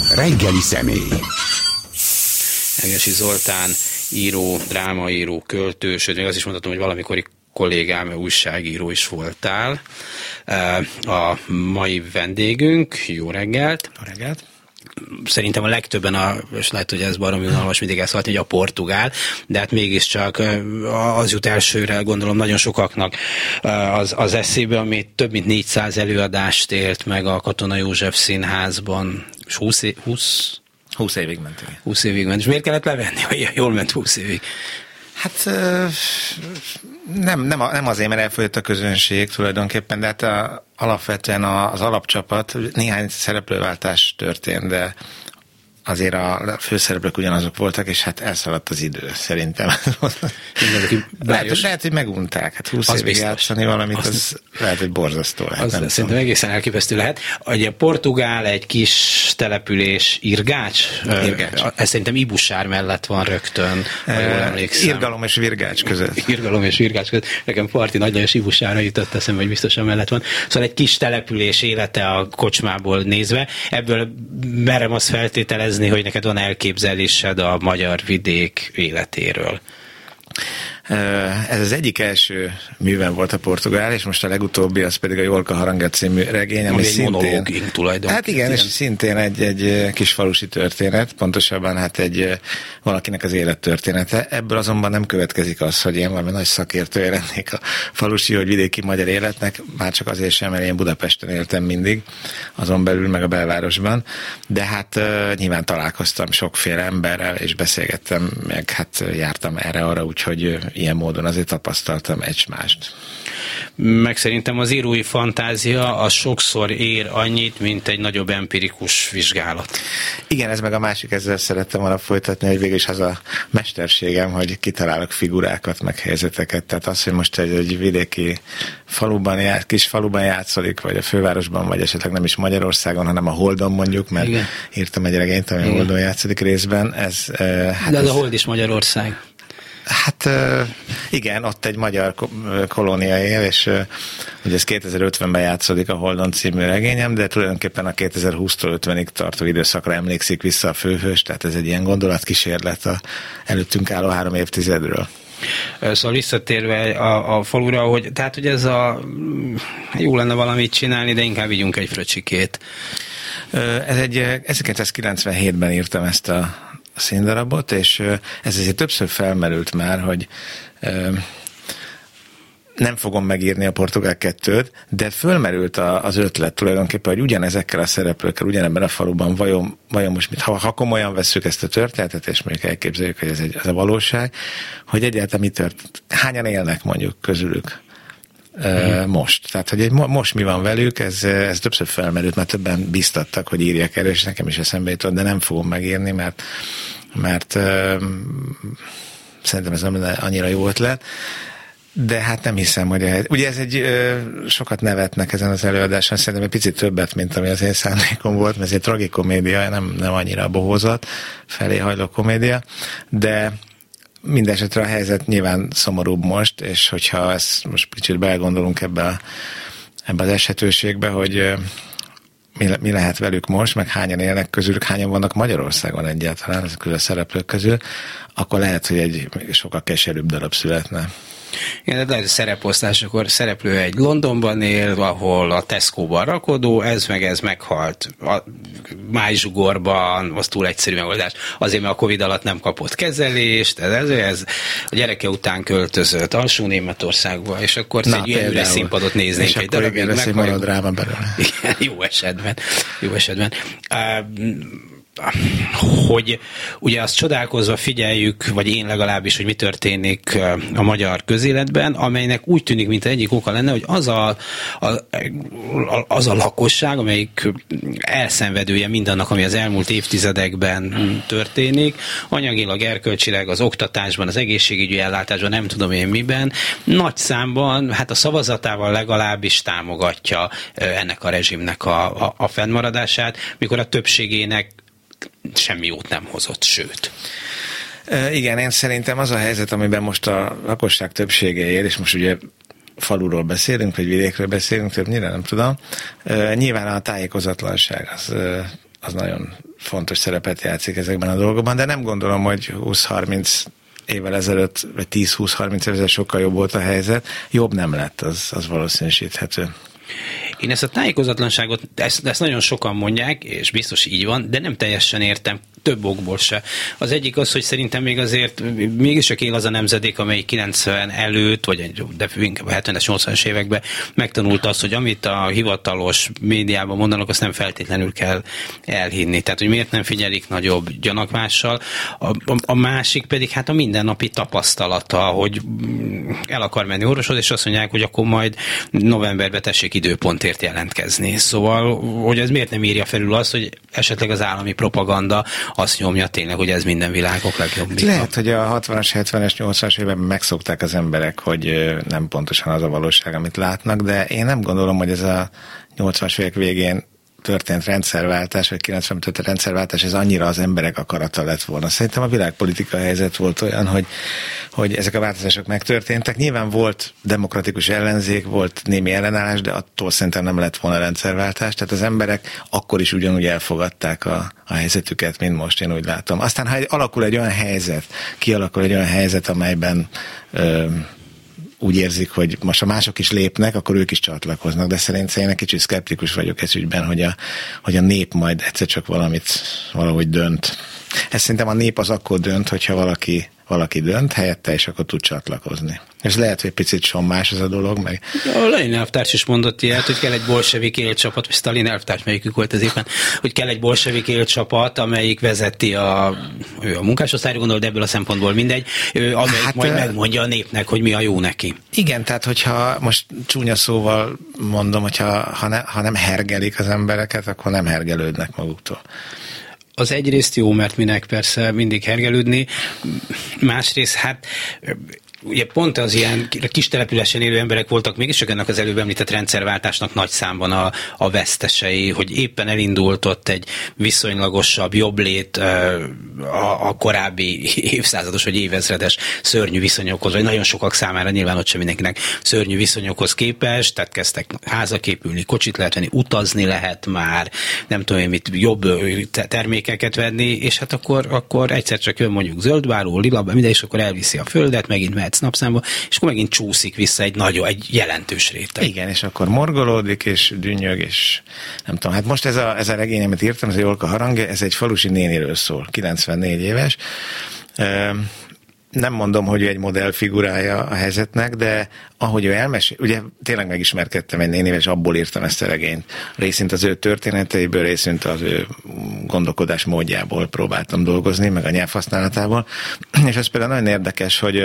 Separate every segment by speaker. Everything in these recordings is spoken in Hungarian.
Speaker 1: Reggeli személy.
Speaker 2: Hegesi Zoltán író, drámaíró, költő, sőt, még azt is mondhatom, hogy valamikori kollégám, újságíró is voltál. A mai vendégünk, jó reggelt!
Speaker 3: Jó reggelt!
Speaker 2: Szerintem a legtöbben, és lehet, hogy ez baromi unalmas mindig elszólhatni, hogy a portugál, de hát mégiscsak az jut elsőre, gondolom nagyon sokaknak az eszébe, ami több mint 400 előadást élt meg a Katona József Színházban, és 20
Speaker 3: évig ment.
Speaker 2: 20 évig ment. És miért kellett levenni, hogy jól ment 20 évig?
Speaker 3: Hát nem azért, mert elfogyott a közönség tulajdonképpen, de hát alapvetően az alapcsapat, néhány szereplőváltás történt, de azért a főszereplők ugyanazok voltak, és hát elszaladt az idő, szerintem. Lehet, hogy megunták. Hát 20 évig játszani valamit, az lehet, hogy borzasztó lehet.
Speaker 2: Szerintem egészen elképesztő lehet. A Portugál egy kis település, Irgács? Ez szerintem Ibusár mellett van rögtön, ha jól emlékszem.
Speaker 3: Irgalom és Virgács között.
Speaker 2: Irgalom és Virgács között. Nekem Parti Nagy Lajos Ibusárra jutott eszembe, hogy biztosan mellett van. Szóval egy kis település élete a kocsmából nézve. Ebből merem azt feltételezni, hogy neked van elképzelésed a magyar vidék életéről.
Speaker 3: Ez az egyik első művem volt a portugál, és most a legutóbbi, az pedig a Jolka harangja című regény, ami szintén...
Speaker 2: monológink tulajdonképpen.
Speaker 3: Hát igen, és szintén egy kis falusi történet, pontosabban hát valakinek az élettörténete. Ebből azonban nem következik az, hogy én valami nagy szakértője lennék a falusi vagy vidéki magyar életnek, már csak azért sem, mert én Budapesten éltem mindig, azon belül meg a belvárosban, de hát nyilván találkoztam sokféle emberrel, és beszélgettem, meg hát jártam erre-arra, úgyhogy ilyen módon azért tapasztaltam egymást.
Speaker 2: Meg szerintem az írói fantázia az sokszor ér annyit, mint egy nagyobb empirikus vizsgálat.
Speaker 3: Igen, ez meg a másik, ezzel szerettem volna folytatni, hogy végül is az a mesterségem, hogy kitalálok figurákat, meg helyzeteket. Tehát az, hogy most egy vidéki kis faluban játszolik, vagy a fővárosban, vagy esetleg nem is Magyarországon, hanem a Holdon mondjuk, mert igen. Írtam egy regényt, ami a Holdon játszik részben.
Speaker 2: De az a Hold is Magyarország.
Speaker 3: Hát igen, ott egy magyar kolónia él, és ugye ez 2050-ben játszódik a Holdon című regényem, de tulajdonképpen a 2020-tól 50-ig tartó időszakra emlékszik vissza a főhős, tehát ez egy ilyen gondolatkísérlet a előttünk álló 3 évtizedről.
Speaker 2: Szóval visszatérve a falura, hogy ez jó lenne valamit csinálni, de inkább vigyünk egy fröcsikét.
Speaker 3: Ez 1997-ben írtam ezt a színdarabot, és ez azért többször felmerült már, hogy nem fogom megírni a Portugál 2-t, de fölmerült az ötlet tulajdonképpen, hogy ugyanezekkel a szereplőkkel, ugyanebben a faluban vajon most ha komolyan vesszük ezt a történetet, és mondjuk elképzeljük, hogy ez a valóság, hogy egyáltalán mi történt, hányan élnek mondjuk közülük most. Tehát, hogy most mi van velük, ez többször felmerült, mert többen biztattak, hogy írják erről, és nekem is eszembe jutott, de nem fogom megírni, mert szerintem ez nem annyira jó ötlet. De hát nem hiszem, hogy ugye ez sokat nevetnek ezen az előadáson, szerintem egy picit többet, mint ami az én szándékom volt, mert ez egy tragikomédia, nem annyira bohózat felé hajló komédia, de mindenesetre a helyzet nyilván szomorúbb most, és hogyha ezt most kicsit belegondolunk ebbe az eshetőségbe, hogy mi lehet velük most, meg hányan élnek közülük, hányan vannak Magyarországon egyáltalán ezek a szereplők közül, akkor lehet, hogy egy sokkal keserűbb darab születne.
Speaker 2: Igen, de lehet, hogy szereposztásokor szereplő egy Londonban él, ahol a Tesco-ban rakodó, ez meghalt a májzsugorban, az túl egyszerű megoldás. Azért, mert a Covid alatt nem kapott kezelést, ez a gyereke után költözött alsó Németországba, és akkor egy ilyen üres színpadot néznénk
Speaker 3: és
Speaker 2: egy darabig.
Speaker 3: És akkor lesz egy maradráma belőle.
Speaker 2: Igen, jó esetben. Hogy ugye azt csodálkozva figyeljük, vagy én legalábbis, hogy mi történik a magyar közéletben, amelynek úgy tűnik, mint egyik oka lenne, hogy az a lakosság, amelyik elszenvedője mindannak, ami az elmúlt évtizedekben történik, anyagilag, erkölcsileg, az oktatásban, az egészségügyi ellátásban, nem tudom én miben, nagy számban, hát a szavazatával legalábbis támogatja ennek a rezsimnek a fennmaradását, mikor a többségének semmi jót nem hozott, sőt.
Speaker 3: Igen, én szerintem az a helyzet, amiben most a lakosság többsége él, és most ugye faluról beszélünk, vagy vidékről beszélünk, többnyire nem tudom. Nyilván a tájékozatlanság az nagyon fontos szerepet játszik ezekben a dolgokban, de nem gondolom, hogy 20-30 évvel ezelőtt, vagy 10-20-30 évvel ezelőtt sokkal jobb volt a helyzet. Jobb nem lett, az valószínűsíthető.
Speaker 2: Én ezt a tájékozatlanságot, ezt nagyon sokan mondják, és biztos így van, de nem teljesen értem, több okból se. Az egyik az, hogy szerintem még azért mégiscsak él az a nemzedék, amely 90 előtt, vagy de inkább a 70-es, 80-as években megtanulta azt, hogy amit a hivatalos médiában mondanak, azt nem feltétlenül kell elhinni. Tehát, hogy miért nem figyelik nagyobb gyanakvással. A másik pedig hát a mindennapi tapasztalata, hogy el akar menni orvoshoz, és azt mondják, hogy akkor majd novemberben tessék időpontért jelentkezni. Szóval, hogy ez miért nem írja felül azt, hogy esetleg az állami propaganda azt nyomja tényleg, hogy ez minden világok legjobb.
Speaker 3: Lehet, hogy a 60-as, 70-es, 80-as években megszokták az emberek, hogy nem pontosan az a valóság, amit látnak, de én nem gondolom, hogy ez a 80-as évek végén történt rendszerváltás, vagy 90-ben történt rendszerváltás, ez annyira az emberek akarata lett volna. Szerintem a világpolitikai helyzet volt olyan, hogy ezek a változások megtörténtek. Nyilván volt demokratikus ellenzék, volt némi ellenállás, de attól szerintem nem lett volna rendszerváltás. Tehát az emberek akkor is ugyanúgy elfogadták a helyzetüket, mint most, én úgy látom. Aztán, ha kialakul egy olyan helyzet, amelyben úgy érzik, hogy most a mások is lépnek, akkor ők is csatlakoznak, de szerintem én egy kicsit szkeptikus vagyok ez ügyben, hogy a nép majd egyszer csak valahogy dönt. Ez szerintem a nép az akkor dönt, hogyha valaki dönt helyette, és akkor tud csatlakozni. És lehet, hogy picit sommás ez a dolog, meg...
Speaker 2: A Lenin elvtárs is mondott ilyet, hogy kell egy bolsevik élcsapat, vagy Stalin elvtárs, melyikük volt ez éppen, hogy kell egy bolsevik élcsapat, amelyik vezeti a munkásosztályra gondol, de ebből a szempontból mindegy, amelyik majd megmondja a népnek, hogy mi a jó neki.
Speaker 3: Igen, tehát hogyha most csúnya szóval mondom, ha nem hergelik az embereket, akkor nem hergelődnek maguktól.
Speaker 2: Az egyrészt jó, mert minek persze mindig hergelődni, másrészt hát ugye pont az ilyen kis településen élő emberek voltak mégiscsak ennek az előbb említett rendszerváltásnak nagy számban a vesztesei, hogy éppen elindult ott egy viszonylagosabb, jobb lét a korábbi évszázados vagy évezredes szörnyű viszonyokhoz, vagy nagyon sokak számára, nyilván ott sem mindenkinek szörnyű viszonyokhoz képest, tehát kezdtek házak épülni, kocsit lehet venni, utazni lehet már, nem tudom én mit, jobb termékeket venni, és hát akkor egyszer csak jön mondjuk zöldbáló, lilabá, minden, és akkor elviszi a földet, megint mehetsz napszámba, és akkor megint csúszik vissza egy jelentős réteg.
Speaker 3: Igen, és akkor morgolódik, és dünnyög, és nem tudom, hát most ez a regény, amit írtam, ez a Jolka harangja, ez egy falusi néniről szól, 94 éves. Nem mondom, hogy ő egy modellfigurája a helyzetnek, de ahogy ő elmesél, ugye tényleg megismerkedtem egy nénivel, és abból írtam ezt a regényt. Részint az ő történeteiből, részint az ő gondolkodás módjából próbáltam dolgozni, meg a nyelvhasználatából. És ez például nagyon érdekes, hogy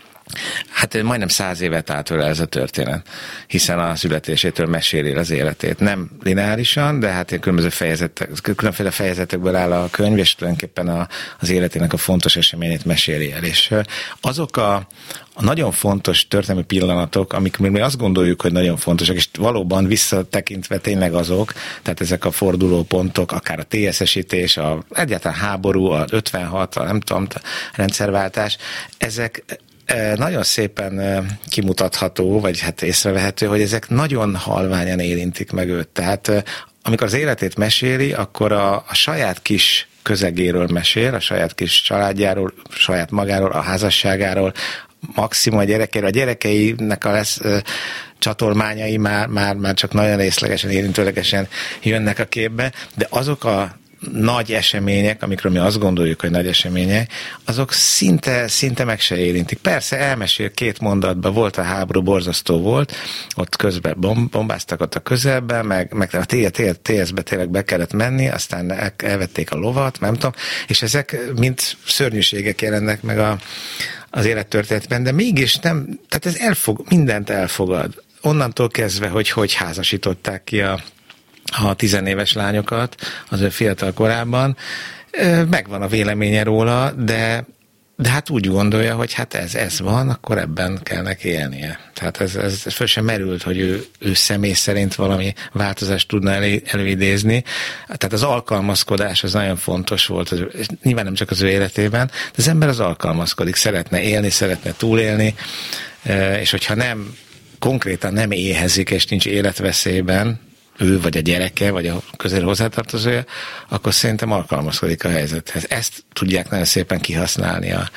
Speaker 3: hát majdnem 100 évet átölel ez a történet, hiszen a születésétől meséli az életét. Nem lineárisan, de hát különféle fejezetekből áll a könyv, és tulajdonképpen az életének a fontos eseményét meséli el. És azok a nagyon fontos történelmi pillanatok, amik még azt gondoljuk, hogy nagyon fontosak, és valóban visszatekintve tényleg azok, tehát ezek a fordulópontok, akár a TSZ-esítés, egyáltalán háború, a 56, a nem tudom, a rendszerváltás, ezek nagyon szépen kimutatható, vagy hát észrevehető, hogy ezek nagyon halványan érintik meg őt. Tehát amikor az életét meséli, akkor a saját kis közegéről mesél, a saját kis családjáról, saját magáról, a házasságáról, maximum a gyerekéről. A gyerekeinek a csatolmányai már csak nagyon részlegesen, érintőlegesen jönnek a képbe, de azok a nagy események, amikről mi azt gondoljuk, hogy nagy események, azok szinte meg se érintik. Persze elmesél 2 mondatban, volt a háború, borzasztó volt, ott közben bombáztak ott a közelben, meg a TSZ-be tényleg be kellett menni, aztán elvették a lovat, nem tudom, és ezek mind szörnyűségek jelennek meg az élettörténetben, de mégis nem, tehát ez mindent elfogad. Onnantól kezdve, hogy házasították ki a 10 éves lányokat az ő fiatal korában, megvan a véleménye róla, de hát úgy gondolja, hogy hát ez van, akkor ebben kell neki élnie. Tehát ez föl sem merült, hogy ő személy szerint valami változást tudna előidézni. Tehát az alkalmazkodás az nagyon fontos volt, nyilván nem csak az ő életében, de az ember az alkalmazkodik, szeretne élni, szeretne túlélni, és hogyha konkrétan nem éhezik, és nincs életveszélyben, ő, vagy a gyereke, vagy a közeli hozzátartozója, akkor szerintem alkalmazkodik a helyzethez. Ezt tudják nagyon szépen kihasználni a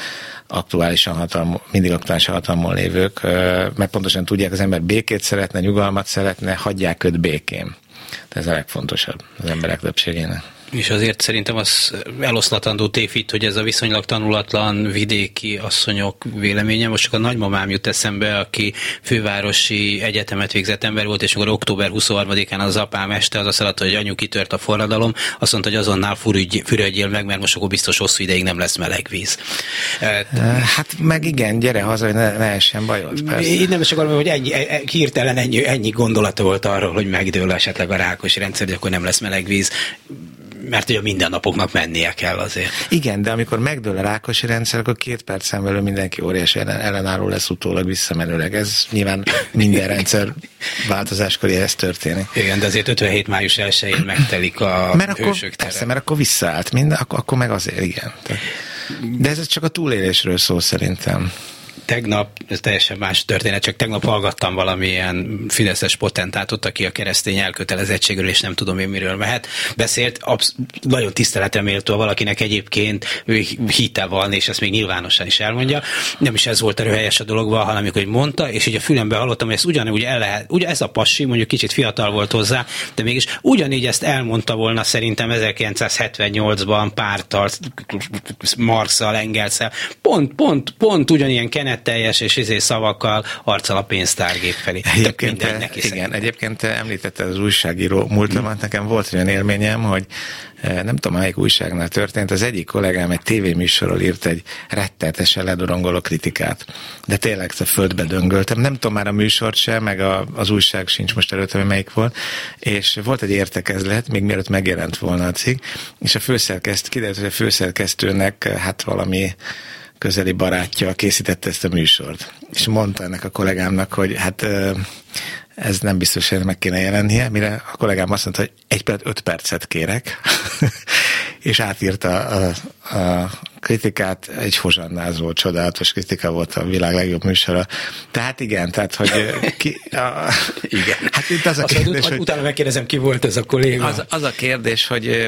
Speaker 3: mindig aktuálisan hatalmon lévők, mert pontosan tudják, az ember békét szeretne, nyugalmat szeretne, hagyják őt békén. Ez a legfontosabb az emberek többségének.
Speaker 2: És azért szerintem az eloszlatandó tévhit, hogy ez a viszonylag tanulatlan vidéki asszonyok véleménye. Most csak a nagymamám jut eszembe, aki fővárosi egyetemet végzett ember volt, és akkor október 23-án az apám este az azt mondta, hogy anyu, kitört a forradalom, azt mondta, hogy azonnal fürödjél meg, mert most akkor biztos hosszú ideig nem lesz meleg víz.
Speaker 3: Hát meg igen, gyere haza, hogy ne essen bajod.
Speaker 2: Én nem csak arra, hogy hirtelen ennyi gondolata volt arról, hogy megdől esetleg a Rákosi rendszer, hogy akkor nem lesz meleg víz. Mert ugye a mindennapoknak mennie kell azért.
Speaker 3: Igen, de amikor megdől a Rákosi rendszer, akkor 2 percen belül mindenki óriási ellenálló lesz utólag visszamenőleg. Ez nyilván minden rendszer változáskor ez történik.
Speaker 2: Igen, de azért 57. május 1-én megtelik a hősök tere.
Speaker 3: Persze, mert akkor visszaállt minden, akkor meg azért, igen. De ez csak a túlélésről szól szerintem.
Speaker 2: Tegnap, ez teljesen más történet, csak tegnap hallgattam valamilyen fideszes potentátot, aki a keresztény elkötelezettségről, és nem tudom én miről mehet, beszélt, nagyon tiszteletre méltó valakinek egyébként hite van, és ezt még nyilvánosan is elmondja. Nem is ez volt a röhelyes a dologban, hanem amikor mondta, és így a fülembe hallottam, hogy ezt ugyanúgy el lehet, ugye ez a passi, mondjuk kicsit fiatal volt hozzá, de mégis ugyanígy ezt elmondta volna szerintem 1978-ban Párttal, Marxal, Engelszel, pont ugyanilyen teljes és szavakkal arccal a pénztárgép felé.
Speaker 3: Egyébként te említetted az újságíró múltamat, nekem volt olyan élményem, hogy nem tudom, melyik újságnál történt, az egyik kollégám egy tévéműsorról írt egy rettenetesen ledorongoló kritikát, de tényleg a földbe döngöltem. Nem tudom már a műsort sem, meg az újság sincs most előtt, hogy melyik volt, és volt egy értekezlet, még mielőtt megjelent volna a cikk, és kiderült, hogy a főszerkesztőnek hát valami közeli barátja készítette ezt a műsort. És mondta ennek a kollégámnak, hogy hát ez nem biztos, hogy meg kéne jelennie, mire a kollégám azt mondta, hogy 5 percet kérek, és átírta a kritikát, egy hozsannázó, csodálatos kritika volt, a világ legjobb műsora. Tehát igen, tehát, hogy
Speaker 2: igen.
Speaker 3: Hát itt az a kérdés, hogy
Speaker 2: utána megkérdezem, ki volt ez a kolléga.
Speaker 3: Az a kérdés, hogy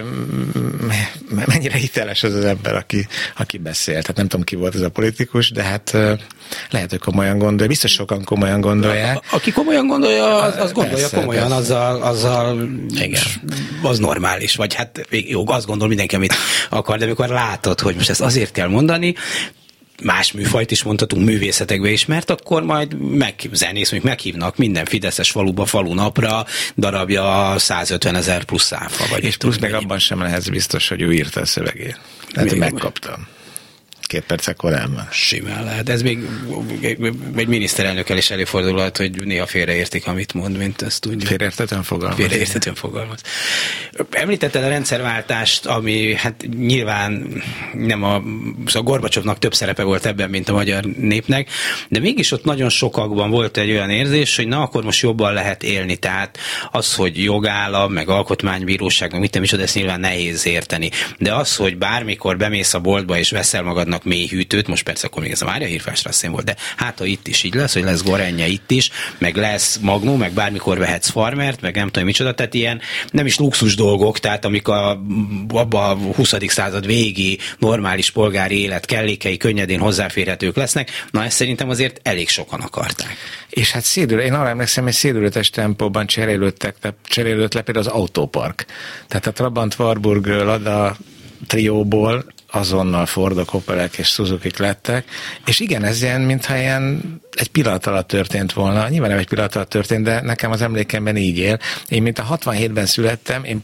Speaker 3: mennyire hiteles az ember, aki beszél. Tehát nem tudom, ki volt ez a politikus, de hát lehet, hogy komolyan gondolja. Biztos sokan komolyan gondolják.
Speaker 2: Aki komolyan gondolja, az gondolja komolyan, azzal igen. Az normális. Vagy hát jó, azt gondol mindenki, amit akar, de amikor látod, hogy most ezt azért kell mondani, más műfajt is mondhatunk művészetekbe is, mert akkor majd zenész, mondjuk meghívnak minden fideszes falunapra, darabja 150 000 plusz áfa. Vagy
Speaker 3: és plusz meg abban sem lehet biztos, hogy ő írta a szövegét. Tehát megkaptam. 2 perccel korábban.
Speaker 2: Simán lehet. Ez még egy miniszterelnökkel is előfordulhat, hogy néha félreértik, amit mond, mint ezt tudjuk.
Speaker 3: Félreértetően
Speaker 2: fogalmaz. Említetted a rendszerváltást, ami hát nyilván nem a Gorbacsovnak több szerepe volt ebben, mint a magyar népnek, de mégis ott nagyon sokakban volt egy olyan érzés, hogy na, akkor most jobban lehet élni. Tehát az, hogy jogállam, meg alkotmánybíróság, meg mit nem is, ezt nyilván nehéz érteni. De az, hogy bármikor bemész a boltba és veszel magadnak mély hűtőt, most persze akkor még ez a Mária Hírfástrasszén volt, de hát ha itt is így lesz, hogy lesz Gorenje itt is, meg lesz Magnum, meg bármikor vehetsz Farmert, meg nem tudom micsoda, tehát ilyen nem is luxus dolgok, tehát amik abba a 20. század végi normális polgári élet kellékei könnyedén hozzáférhetők lesznek, na ezt szerintem azért elég sokan akarták.
Speaker 3: És hát én arra emlékszem, hogy szédületes tempóban cserélődött le például az autópark. Tehát a Trabant, Warburg, Lada trióból azonnal Fordok, Opelek és Suzukik lettek, és igen, ez ilyen, mintha ilyen egy pillanat alatt történt volna. Nyilván nem egy pillanat alatt történt, de nekem az emlékemben így él. Én, mint a 67-ben születtem, én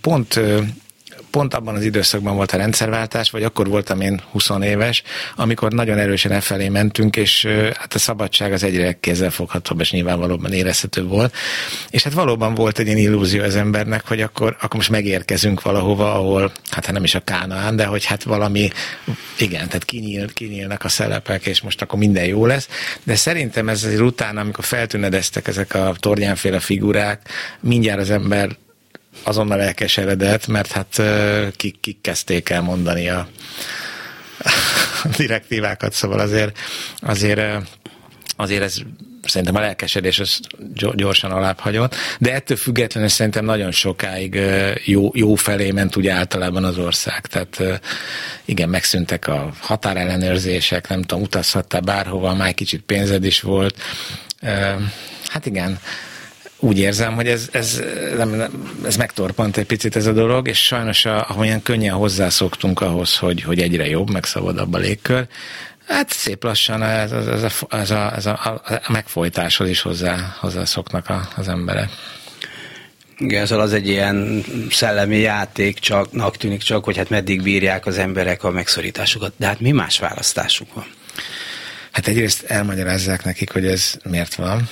Speaker 3: pont abban az időszakban volt a rendszerváltás, vagy akkor voltam én 20 éves, amikor nagyon erősen e felé mentünk, és hát a szabadság az egyre kézzelfoghatóbb, és nyilvánvalóban érezhető volt. És hát valóban volt egy ilyen illúzió az embernek, hogy akkor most megérkezünk valahova, ahol, hát nem is a Kánaán, de hogy hát valami, igen, tehát kinyílnak a szelepek, és most akkor minden jó lesz. De szerintem ez azért utána, amikor feltűnedeztek ezek a Tornyánféle figurák, mindjárt az ember azonnal elkeseredett, mert hát kik kezdték el mondani a direktívákat, szóval azért azért ez szerintem a lelkesedés az gyorsan alább hagyott, de ettől függetlenül szerintem nagyon sokáig jó felé ment úgy általában az ország. Tehát igen, megszűntek a határellenőrzések, nem tudom, utazhattál bárhova, már kicsit pénzed is volt. Hát igen, úgy érzem, hogy ez megtorpant egy picit ez a dolog, és sajnos ahogyan könnyen hozzászoktunk ahhoz, hogy egyre jobb, meg szabadabb a légkör, hát szép lassan ez a megfojtáshoz is hozzászoknak az emberek.
Speaker 2: Igen, ezzel az egy ilyen szellemi játéknak tűnik csak, hogy hát meddig bírják az emberek a megszorításokat. De hát mi más választásuk van?
Speaker 3: Hát egyrészt elmagyarázzák nekik, hogy ez miért van.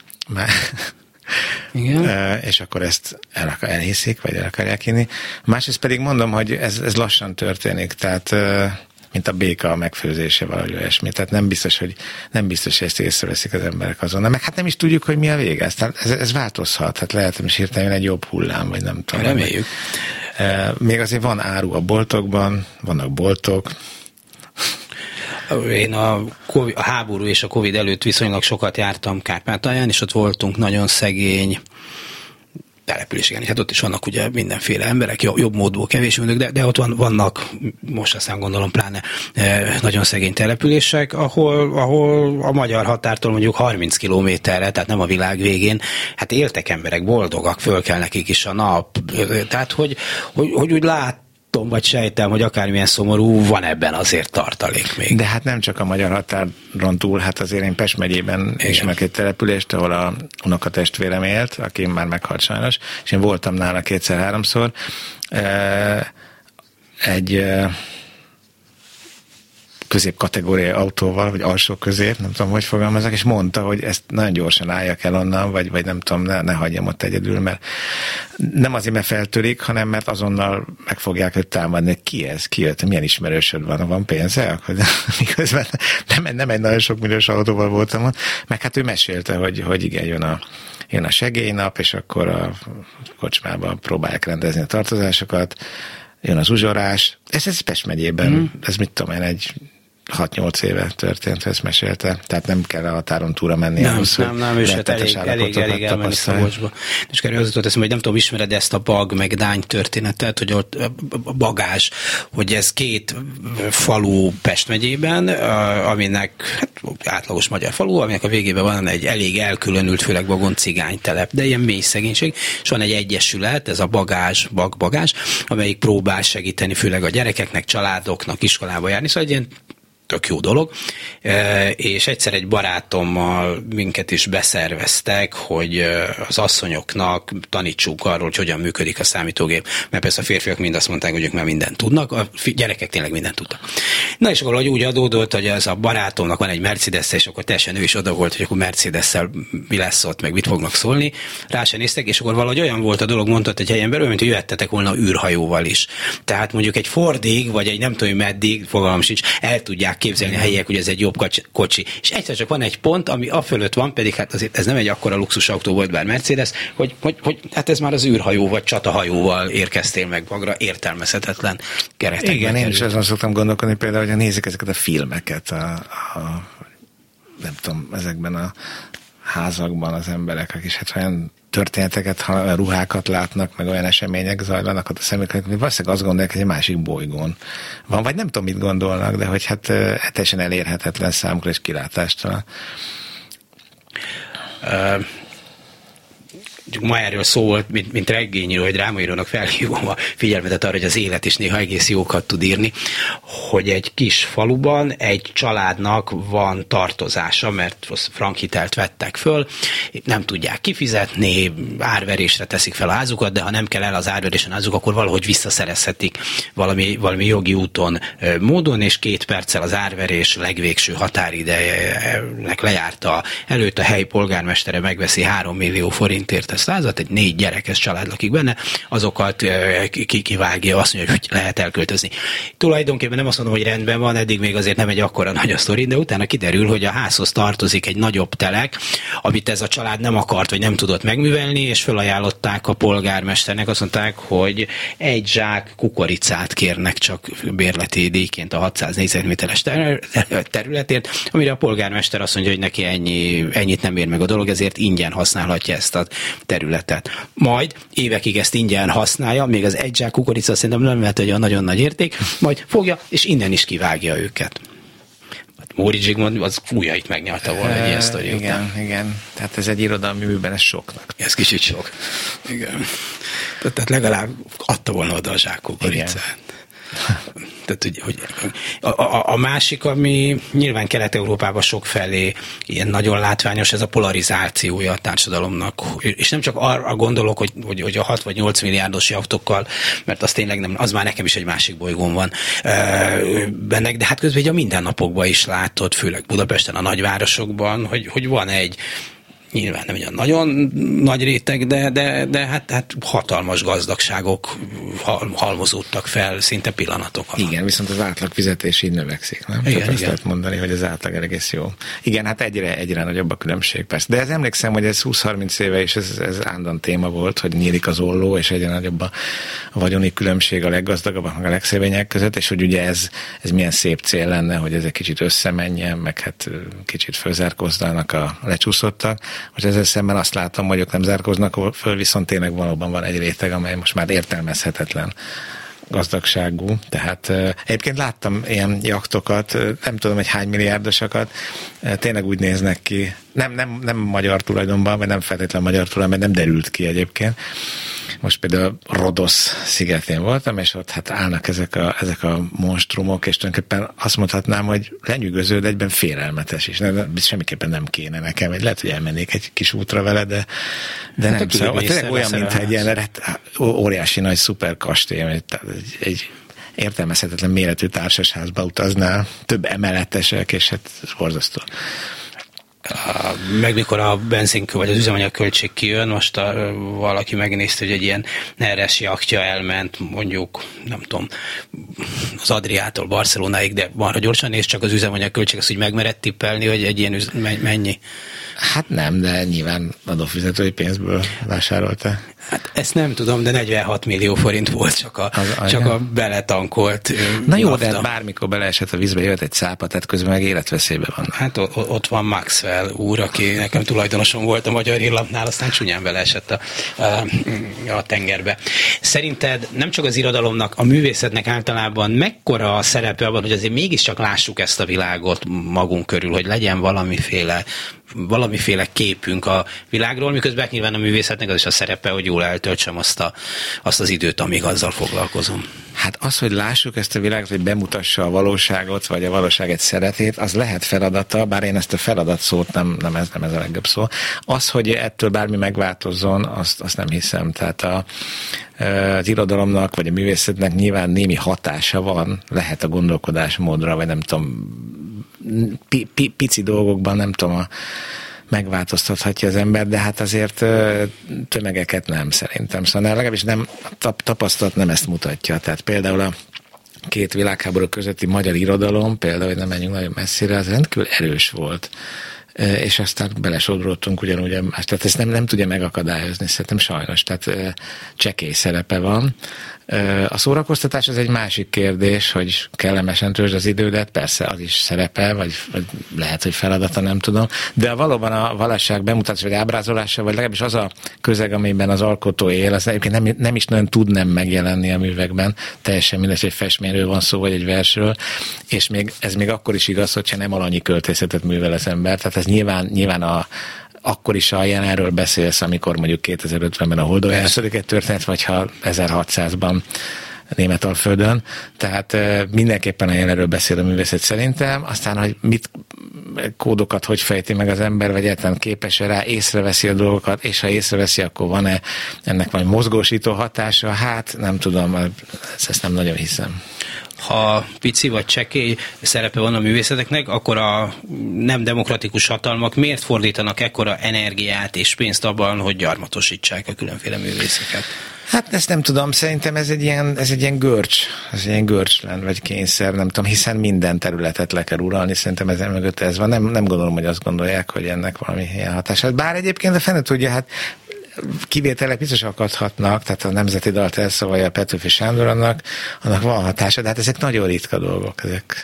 Speaker 2: Igen.
Speaker 3: És akkor ezt elhiszik, vagy el akarják hinni. Másrészt pedig mondom, hogy ez lassan történik, tehát mint a béka megfőzése, valahogy olyasmi. Tehát nem biztos, hogy ezt észreveszik az emberek azonnal. Meg hát nem is tudjuk, hogy mi a vége. Ez változhat. Hát lehet, hogy hirtelen egy jobb hullám, vagy nem tudom.
Speaker 2: Reméljük.
Speaker 3: Még azért van áru a boltokban, vannak boltok.
Speaker 2: Én a háború és a Covid előtt viszonylag sokat jártam Kárpátalján, és ott voltunk nagyon szegény településeken. Hát ott is vannak ugye mindenféle emberek, jobb módból kevés mondjuk, de ott vannak, most aztán gondolom pláne nagyon szegény települések, ahol a magyar határtól mondjuk 30 kilométerre, tehát nem a világ végén, hát éltek emberek, boldogak, föl kell nekik is a nap. Tehát, hogy úgy vagy sejtem, hogy akármilyen szomorú, van ebben azért tartalék még.
Speaker 3: De hát nem csak a magyar határon túl, hát azért én Pest megyében ismerek egy települést, ahol a unokatestvérem élt, aki már meghalt sajnos, és én voltam nála 2-3-szor. Egy középkategóriai autóval, vagy alsó közép, nem tudom, hogy fogalmazok, és mondta, hogy ezt nagyon gyorsan álljak el onnan, vagy nem tudom, ne hagyjam ott egyedül, mert nem azért, mert feltörik, hanem mert azonnal meg fogják őt támadni. Ki ez? Ki jött? Milyen ismerősöd van pénze? Miközben nem egy nagyon sok milliós autóval voltam ott, meg hát ő mesélte, hogy igen, jön a segélynap, és akkor a kocsmában próbálják rendezni a tartozásokat, jön az uzsorás. Ez Pest megyében, ez mit tudom én, egy 6-8 éve történt, ezt mesélte. Tehát nem kell a határon túlra menni.
Speaker 2: Nem, és hát elég elmenni Szabolcsba. És kerül az jutott eszembe, hogy nem tudom, ismered ezt a bag meg dány történetet, hogy ott a bagázs, hogy ez 2 falu Pest megyében, aminek hát, átlagos magyar falu, aminek a végében van egy elég elkülönült, főleg vagon cigánytelep, de ilyen mély szegénység, és van egy egyesület, ez a bagázs, amelyik próbál segíteni főleg a gyerekeknek, családoknak iskolába járni, szóval egy ilyen tök jó dolog, és egyszer egy barátommal minket is beszerveztek, hogy az asszonyoknak tanítsuk arról, hogy hogyan működik a számítógép, mert persze a férfiak mind azt mondták, hogy ők már mindent tudnak, a gyerekek tényleg mindent tudtak. Na és akkor hogy úgy adódott, hogy ez a barátomnak van egy Mercedes, és akkor teljesen ő is oda volt, hogy akkor Mercedes-szel mi lesz ott, meg mit fognak szólni. Rá se néztek, és akkor valahogy olyan volt a dolog, mondott egy helyen belül, mint hogy jöhettetek volna űrhajóval is. Tehát mondjuk egy Fordig, vagy egy nem tudom meddig, fogalmam sincs, el tudják képzelni a helyiek, hogy ez egy jobb kocsi. És egyszer csak van egy pont, ami afölött van, pedig hát azért ez nem egy akkora luxusautó volt, bár Mercedes, hogy hát ez már az űrhajó vagy csatahajóval érkeztél meg magra, értelmezhetetlen keretekben.
Speaker 3: Igen, én is azon szoktam gondolkodni például, hogy nézik ezeket a filmeket, nem tudom, ezekben a házakban az emberek, akik hát olyan történeteket, olyan ruhákat látnak, meg olyan események zajlanak ott a szemüknek, hogy valószínűleg azt gondolják, hogy egy másik bolygón van, vagy nem tudom, mit gondolnak, de hogy hát teljesen elérhetetlen számukra és kilátástalan.
Speaker 2: Ma erről szó volt, mint regényíró, vagy drámaírónak felhívom a figyelmetet arra, hogy az élet is néha egész jókat tud írni, hogy egy kis faluban egy családnak van tartozása, mert frankhitelt vettek föl, nem tudják kifizetni, árverésre teszik fel a házukat, de ha nem kell el az árverésen házuk, akkor valahogy visszaszerezhetik valami jogi úton, módon, és 2 perccel az árverés legvégső határidejenek lejárta előtt a helyi polgármestere megveszi 3 millió forintért ezt a házat, egy 4 gyerekes család lakik benne, azokat kivágja, azt mondja, hogy lehet elköltözni. Tulajdonképpen nem azt mondom, hogy rendben van, eddig még azért nem egy akkora nagy a sztori, de utána kiderül, hogy a házhoz tartozik egy nagyobb telek, amit ez a család nem akart, vagy nem tudott megművelni, és felajánlották a polgármesternek, azt mondták, hogy egy zsák kukoricát kérnek csak bérleti díjként a 600 négyzetméteres területért, amire a polgármester azt mondja, hogy neki ennyit nem ér meg a dolog, ezért ingyen használhatja ezt a területet. Majd évekig ezt ingyen használja, még az egy zsák kukorica szerintem nem lehet, hogy a nagyon nagy érték, majd fogja, és innen is kivágja őket. Móricz Zsigmond az ujjait megnyalta volna egy ilyen sztori után.
Speaker 3: Igen. Tehát ez egy irodalmi műben, ez soknak.
Speaker 2: Ez kicsit sok. Igen. Tehát legalább adta volna oda a zsák kukoricát. Tehát, hogy a másik, ami nyilván Kelet-Európában sokfelé ilyen nagyon látványos, ez a polarizációja a társadalomnak. És nem csak arra gondolok, hogy a 6 vagy 8 milliárdos jachtokkal, mert az tényleg nem, az már nekem is egy másik bolygón van benne, de hát közben a mindennapokban is látod, főleg Budapesten, a nagyvárosokban, hogy van egy nyilván nem olyan nagyon nagy réteg, de hát hatalmas gazdagságok halmozódtak fel szinte pillanatok alatt.
Speaker 3: Igen, viszont az átlag fizetés így növekszik, nem?
Speaker 2: Igen,
Speaker 3: tehát azt lehet mondani, hogy az átlag egész jó. Igen, hát egyre nagyobb a különbség, persze. De ez emlékszem, hogy ez 20-30 éve is ez állandóan téma volt, hogy nyílik az olló, és egyre nagyobb a vagyoni különbség a leggazdagabbak, meg a legszegények között, és hogy ugye ez milyen szép cél lenne, hogy ez egy kicsit összemenjen, meg hát kicsit fölzárkózzanak a lecsúszottak. Most ezzel szemben azt látom, hogy ők nem zárkoznak föl, viszont tényleg valóban van egy réteg, amely most már értelmezhetetlen gazdagságú. Tehát egyébként láttam ilyen jachtokat, nem tudom, hogy hány milliárdosakat, tényleg úgy néznek ki, nem magyar tulajdonban, vagy nem feltétlenül magyar tulajdonban, nem derült ki egyébként. Most például Rodosz szigetén voltam, és ott hát állnak ezek a monstrumok, és tulajdonképpen azt mondhatnám, hogy lenyűgöző, de egyben félelmetes is. Semmiképpen nem kéne nekem, vagy lehet, hogy elmennék egy kis útra vele, de nem. Szóval tényleg olyan, mintha egy ilyen óriási nagy szuper kastély, egy értelmezhetetlen méretű társasházba utaznál, több emeletesek, és hát borzasztó.
Speaker 2: Meg mikor a benzinkő vagy az üzemanyagköltség kijön, most valaki megnézte, hogy egy ilyen neres jachtja elment, mondjuk, nem tudom, az Adriától Barcelonáig, de marha gyorsan, és csak az üzemanyagköltség, azt úgy megmered tippelni, hogy egy ilyen mennyi?
Speaker 3: Hát nem, de nyilván adófizetői pénzből vásárolta.
Speaker 2: Hát ezt nem tudom, de 46 millió forint volt csak a beletankolt.
Speaker 3: Na jó, de bármikor beleesett a vízbe, jött egy cápa, tehát közben meg életveszélyben van.
Speaker 2: Hát ott van Maxwell úr, aki nekem tulajdonosom volt a Magyar Hírlapnál, aztán csúnyán beleesett a tengerbe. Szerinted nem csak az irodalomnak, a művészetnek általában mekkora a szerepe abban, hogy azért mégiscsak lássuk ezt a világot magunk körül, hogy legyen valamiféle képünk a világról, miközben nyilván a művészetnek az is a szerepe, hogy jól eltöltsem azt az időt, amíg azzal foglalkozom.
Speaker 3: Hát az, hogy lássuk ezt a világot, hogy bemutassa a valóságot, vagy a valóság egy szeretét, az lehet feladata, bár én ezt a feladat szót nem ez a legjobb szó. Az, hogy ettől bármi megváltozzon, azt nem hiszem. Tehát az irodalomnak, vagy a művészetnek nyilván némi hatása van, lehet a gondolkodásmódra, vagy nem tudom, pici dolgokban, nem tudom, megváltoztathatja az ember, de hát azért tömegeket nem szerintem. Szóval legalábbis nem, tapasztalat nem ezt mutatja. Tehát például a két világháború közötti magyar irodalom, például, hogy nem menjünk nagyon messzire, az rendkívül erős volt. És aztán belesodródtunk ugyanúgy, tehát ezt nem tudja megakadályozni, szerintem sajnos, tehát csekély szerepe van. A szórakoztatás az egy másik kérdés, hogy kellemesen töltsd az idődet, persze az is szerepe, vagy lehet, hogy feladata, nem tudom, de valóban a valóság bemutatása, vagy ábrázolása, vagy legalábbis az a közeg, amiben az alkotó él, az egyébként nem is nagyon tud nem megjelenni a művekben, teljesen mindegy, egy festményről van szó, vagy egy versről, és ez még akkor is igaz, hogyha nem alanyi költészetet művel az ember, tehát ez nyilván akkor is a jelenről beszélsz, amikor mondjuk 2050-ben a Holdon játszódik egy történet, vagy ha 1600-ban Németalföldön. Tehát mindenképpen a jelenről beszél a művészet szerintem. Aztán, hogy mit kódokat hogy fejti meg az ember, vagy egyáltalán képes-e rá, észreveszi a dolgokat, és ha észreveszi, akkor van-e ennek valami mozgósító hatása? Hát nem tudom, ezt nem nagyon hiszem.
Speaker 2: Ha pici vagy csekély szerepe van a művészeteknek, akkor a nem demokratikus hatalmak miért fordítanak ekkora energiát és pénzt abban, hogy gyarmatosítsák a különféle művészeket?
Speaker 3: Hát ezt nem tudom, szerintem ez egy ilyen görcslen, vagy kényszer, nem tudom, hiszen minden területet le kell uralni, szerintem ezen mögött ez van. Nem gondolom, hogy azt gondolják, hogy ennek valami ilyen hatása. Bár egyébként a fene tudja, hát kivételek biztos akadhatnak, tehát a nemzeti dalt elszavalja Petőfi Sándor, annak van hatása, de hát ezek nagyon ritka dolgok, ezek.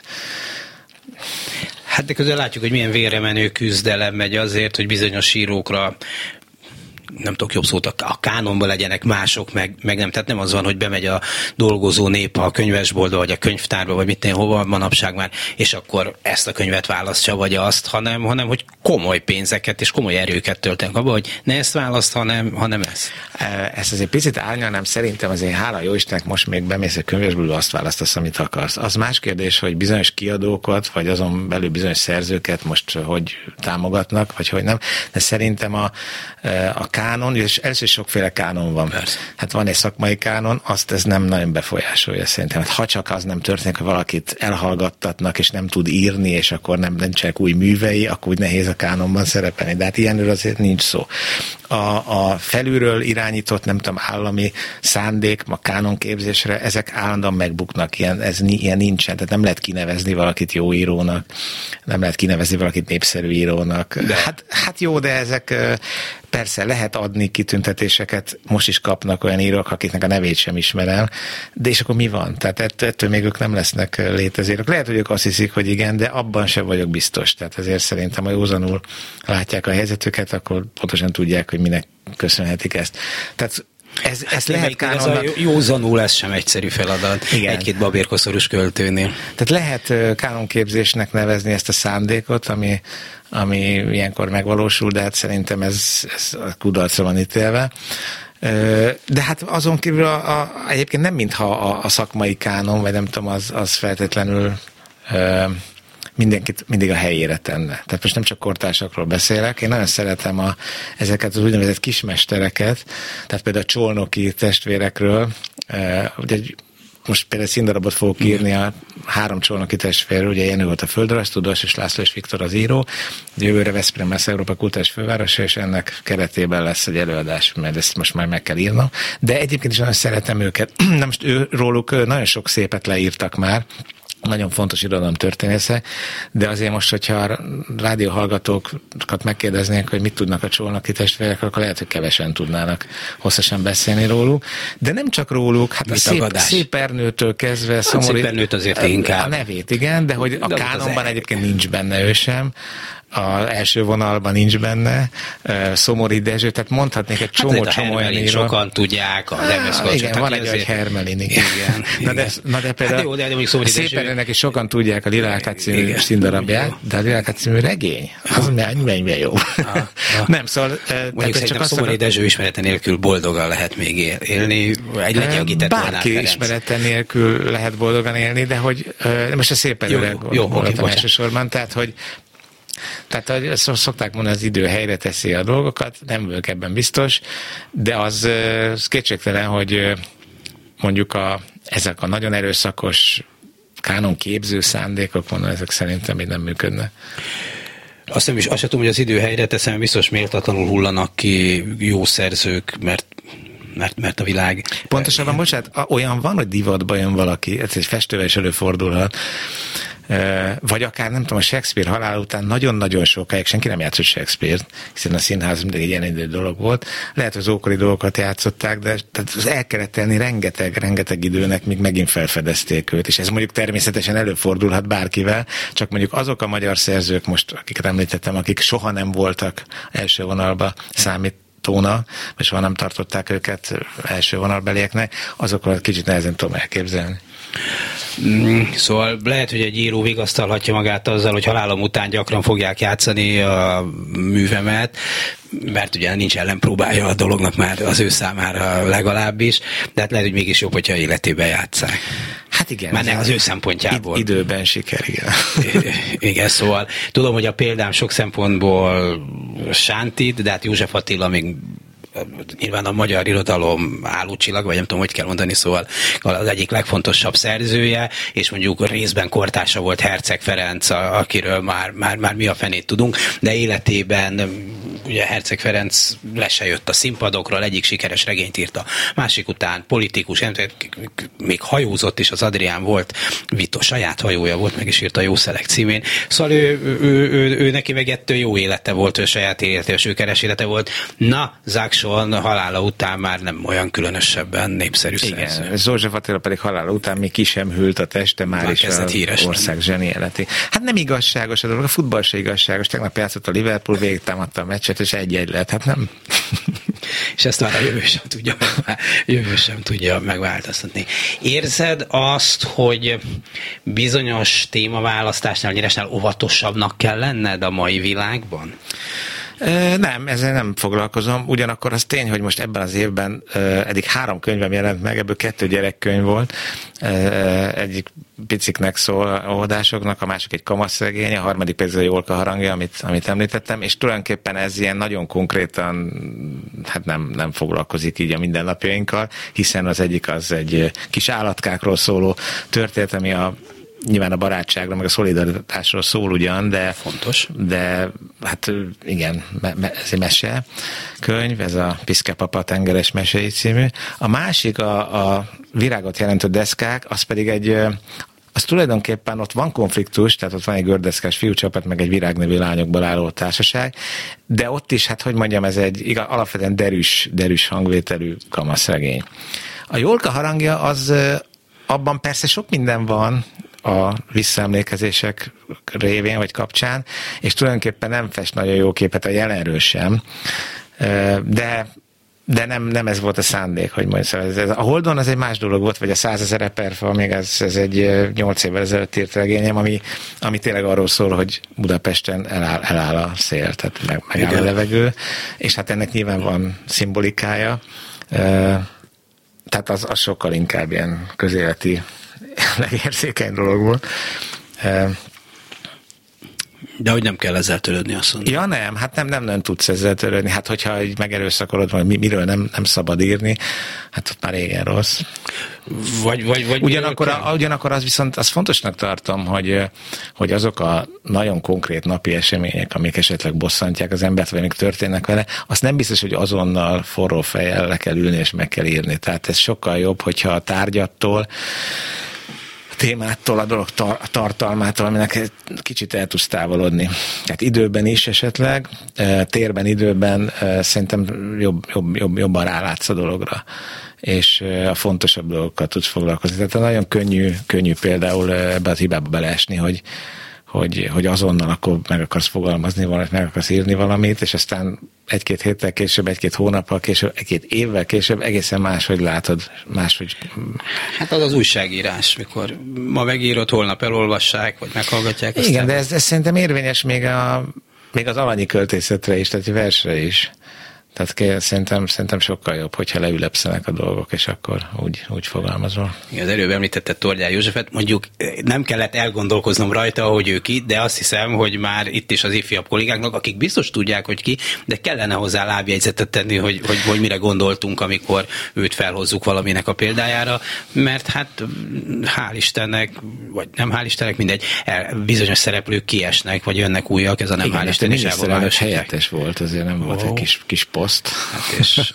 Speaker 2: Hát de közben látjuk, hogy milyen vérremenő küzdelem megy azért, hogy bizonyos írókra, nem tudok jobb szót, a kánonban legyenek mások, meg nem. Tehát nem az van, hogy bemegy a dolgozó nép a könyvesboltba, vagy a könyvtárba, vagy mit hova manapság már, és akkor ezt a könyvet választja, vagy azt, hanem hogy komoly pénzeket és komoly erőket töltenek abba, hogy ne ezt választ, hanem ezt.
Speaker 3: Ezt azért picit árnyalnám, szerintem azért hála jó Istennek most még bemész a könyvesboltba, azt választasz, amit akarsz. Az más kérdés, hogy bizonyos kiadókat, vagy azon belül bizonyos szerzőket most hogy támogatnak, vagy hogy nem, de szerintem a kánon, és először is sokféle kánon van.
Speaker 2: Persze.
Speaker 3: Hát van egy szakmai kánon, azt ez nem nagyon befolyásolja szerintem. Hát ha csak az nem történik, hogy valakit elhallgattatnak, és nem tud írni, és akkor nincsenek új művei, akkor úgy nehéz a kánonban szerepelni. De hát ilyenről azért nincs szó. A felülről irányított, nem tudom, állami szándék, a kánonképzésre, ezek állandóan megbuknak. Ilyen nincsen. Tehát nem lehet kinevezni valakit jó írónak, nem lehet kinevezni valakit népszerű írónak. Hát jó, de ezek persze lehet adni kitüntetéseket, most is kapnak olyan írók, akiknek a nevét sem ismerem, de és akkor mi van? Tehát ettől még ők nem lesznek létezők. Lehet, hogy ők azt hiszik, hogy igen, de abban sem vagyok biztos. Tehát ezért szerintem, ha józanul látják a helyzetüket, akkor pontosan tudják, hogy minek köszönhetik ezt. Tehát ez lehet kánonnak.
Speaker 2: Ez a józanul, ez sem egyszerű feladat. Igen. Egy-két babérkoszorús költőnél.
Speaker 3: Tehát lehet kánonképzésnek nevezni ezt a szándékot, ami ilyenkor megvalósul, de hát szerintem ez kudarcra van ítélve. De hát azon kívül egyébként nem mintha a szakmai kánon, vagy nem tudom, az feltétlenül mindenkit mindig a helyére tenne. Tehát most nem csak kortársakról beszélek, én nagyon szeretem ezeket az úgynevezett kismestereket, tehát például a Csolnoki testvérekről, ugye most például színdarabot fogok írni a 3 Csolnoki testvérről, ugye Jenő volt a földrajztudós, és László és Viktor az író. Jövőre Veszprém lesz Európa kulturális fővárosa, és ennek keretében lesz egy előadás, mert ezt most már meg kell írnom. De egyébként is nagyon szeretem őket. Na most róluk nagyon sok szépet leírtak már, nagyon fontos irodalomtörténészek, de azért most, hogyha a rádióhallgatókat megkérdeznék, hogy mit tudnak a Csolnoki testvérek, akkor lehet, hogy kevesen tudnának hosszasan beszélni róluk. De nem csak róluk, hát a Szép Ernőtől kezdve
Speaker 2: Szomorú... Szép Ernőt azért inkább.
Speaker 3: A nevét, igen, de hogy a kánonban egyébként nincs benne ő sem. Az első vonalban nincs benne, Szomori Dezső, tehát mondhatnék egy csomó olyan író.
Speaker 2: Sokan tudják, a Lemeszkolcsot.
Speaker 3: Igen, van egy Hermelin, igen. Na de például
Speaker 2: hát
Speaker 3: Szép Ernőnek is sokan tudják a Lilárkát című színdarabját, de a Lilárkát című regény, az mennyire jó.
Speaker 2: Nem, szóval... Mondjuk szerintem Szomori Dezső ismerete nélkül boldogan lehet még élni, egy legyegített
Speaker 3: bárki ismerete nélkül lehet boldogan élni, de hogy most a Szép Ernőre gondoltam elsősorban, tehát, ahogy szokták mondani, az idő helyre teszi a dolgokat, nem vagyok ebben biztos, de az kétségtelen, hogy mondjuk ezek a nagyon erőszakos kánonképző szándékok, mondom, ezek szerintem még nem működnek.
Speaker 2: Azt sem tudom, hogy az idő helyre teszem, biztos méltatlanul hullanak ki jó szerzők, mert a világ...
Speaker 3: Pontosabban, bocsánat, olyan van, hogy divatba jön valaki, ez egy festővel is előfordulhat, vagy akár, nem tudom, a Shakespeare halál után nagyon-nagyon sokáig senki nem játszott Shakespeare-t, hiszen a színház mindig egy jelenlő dolog volt. Lehet, hogy az ókori dolgokat játszották, de tehát el kellett tenni rengeteg időnek, míg megint felfedezték őt, és ez mondjuk természetesen előfordulhat bárkivel, csak mondjuk azok a magyar szerzők most, akiket említettem, akik soha nem voltak első vonalba számítóna, vagy soha nem tartották őket első vonalbelieknek, azokkal kicsit nehezen tudom elképzelni.
Speaker 2: Szóval lehet, hogy egy író vigasztalhatja magát azzal, hogy halálom után gyakran fogják játszani a művemet, mert ugye nincs ellenpróbája a dolognak már az ő számára legalábbis, de hát lehet, hogy mégis jobb, hogyha életében játsszák.
Speaker 3: Hát igen.
Speaker 2: Már nem az ő szempontjából.
Speaker 3: Időben siker, igen.
Speaker 2: Igen, szóval tudom, hogy a példám sok szempontból sántít, de hát József Attila még nyilván a magyar irodalom állócsillag, vagy nem tudom, hogy kell mondani, szóval az egyik legfontosabb szerzője, és mondjuk részben kortársa volt Herceg Ferenc, akiről már mi a fenét tudunk, de életében ugye Herceg Ferenc le se jött a színpadokról, egyik sikeres regényt írt a másik után, politikus, még hajózott is, az Adrián volt, Vito saját hajója volt, meg is írt a Jószelek címén. Szóval ő neki meg ettől jó élete volt, ő saját élete, és ő keresélete volt. Na, Zákson halála után már nem olyan különösebben népszerű szerző.
Speaker 3: Igen, József Attila pedig halála után még ki sem hűlt a teste, már is az ország zseni életi. Hát nem igazságos a dolog, a futball se igazságos. Tegnap játszott a Liverpool, végigtámadta a meccset, és 1-1 lett, hát nem.
Speaker 2: És ezt már a jövő sem tudja megváltoztatni. Érzed azt, hogy bizonyos témaválasztásnál, nyírásnál óvatosabbnak kell lenned a mai világban?
Speaker 3: Nem, ezzel nem foglalkozom. Ugyanakkor az tény, hogy most ebben az évben eddig 3 könyvem jelent meg, ebből 2 gyerekkönyv volt. Egyik piciknek szól óvodásoknak, a másik egy kamaszregény, a harmadik pedig a Jólka harangja, amit említettem, és tulajdonképpen ez ilyen nagyon konkrétan hát nem foglalkozik így a mindennapjainkkal, hiszen az egyik az egy kis állatkákról szóló történet, ami nyilván a barátságról, meg a szolidaritásról szól ugyan, de
Speaker 2: fontos.
Speaker 3: De hát igen, ez egy mese könyv, ez a Piszke papa tengeres mesei című. A másik a virágot jelentő deszkák, az pedig az tulajdonképpen ott van konfliktus, tehát ott van egy gördeszkás fiúcsapat, meg egy virágnevű lányokból álló társaság, de ott is, hát hogy mondjam, ez egy alapvetően derűs hangvételű kamaszregény. A Jólka harangja az abban persze sok minden van a visszaemlékezések révén vagy kapcsán, és tulajdonképpen nem fest nagyon jó képet a jelenről sem, de nem ez volt a szándék, hogy mondjam. A Holdon az egy más dolog volt, vagy a 100 000 eperfa, még ez egy 8 évvel ezelőtt írt regényem, ami tényleg arról szól, hogy Budapesten eláll a szél, tehát megáll a levegő, és hát ennek nyilván van szimbolikája, tehát az sokkal inkább ilyen közéleti legérzékeny dolog volt.
Speaker 2: De hogy nem kell ezzel törődni, azt mondom.
Speaker 3: Ja nem, hát nem tudsz ezzel törődni. Hát hogyha így megerőszakolod, hogy miről nem szabad írni, hát ott már régen rossz.
Speaker 2: Vagy
Speaker 3: ugyanakkor az viszont az fontosnak tartom, hogy azok a nagyon konkrét napi események, amik esetleg bosszantják az embert, vagy amik történnek vele, azt nem biztos, hogy azonnal forró fejjel le kell ülni és meg kell írni. Tehát ez sokkal jobb, hogyha a tárgyattól, témától, a dolog tartalmától, aminek kicsit el tudsz távolodni. Tehát időben is esetleg, térben, időben szerintem jobban rálátsz a dologra, és a fontosabb dolgokkal tudsz foglalkozni. Tehát nagyon könnyű például ebbe az hibába beleesni, hogy azonnal akkor meg akarsz fogalmazni valamit, meg akarsz írni valamit, és aztán 1-2 héttel később, 1-2 hónappal később, 1-2 évvel később egészen máshogy látod, máshogy...
Speaker 2: Hát az újságírás, mikor ma megírod, holnap elolvassák, vagy meghallgatják.
Speaker 3: Igen, aztán... de ez szerintem érvényes még az alanyi költészetre is, tehát versre is. Tehát szerintem sokkal jobb, hogyha leülepszenek a dolgok, és akkor úgy fogalmazol.
Speaker 2: Az előbb említetted Tordján Józsefet, mondjuk nem kellett elgondolkoznom rajta, hogy ő ki, de azt hiszem, hogy már itt is az ifjabb kollégáknak, akik biztos tudják, hogy ki, de kellene hozzá lábjegyzetet tenni, hogy mire gondoltunk, amikor őt felhozzuk valaminek a példájára, mert hát hál' Istennek, vagy nem hál' Istennek, mindegy, bizonyos szereplők kiesnek, vagy jönnek újak, ez a nem hál' Isten is elvonulás.
Speaker 3: Helyettes volt, azért nem volt egy kis poszt.
Speaker 2: Hát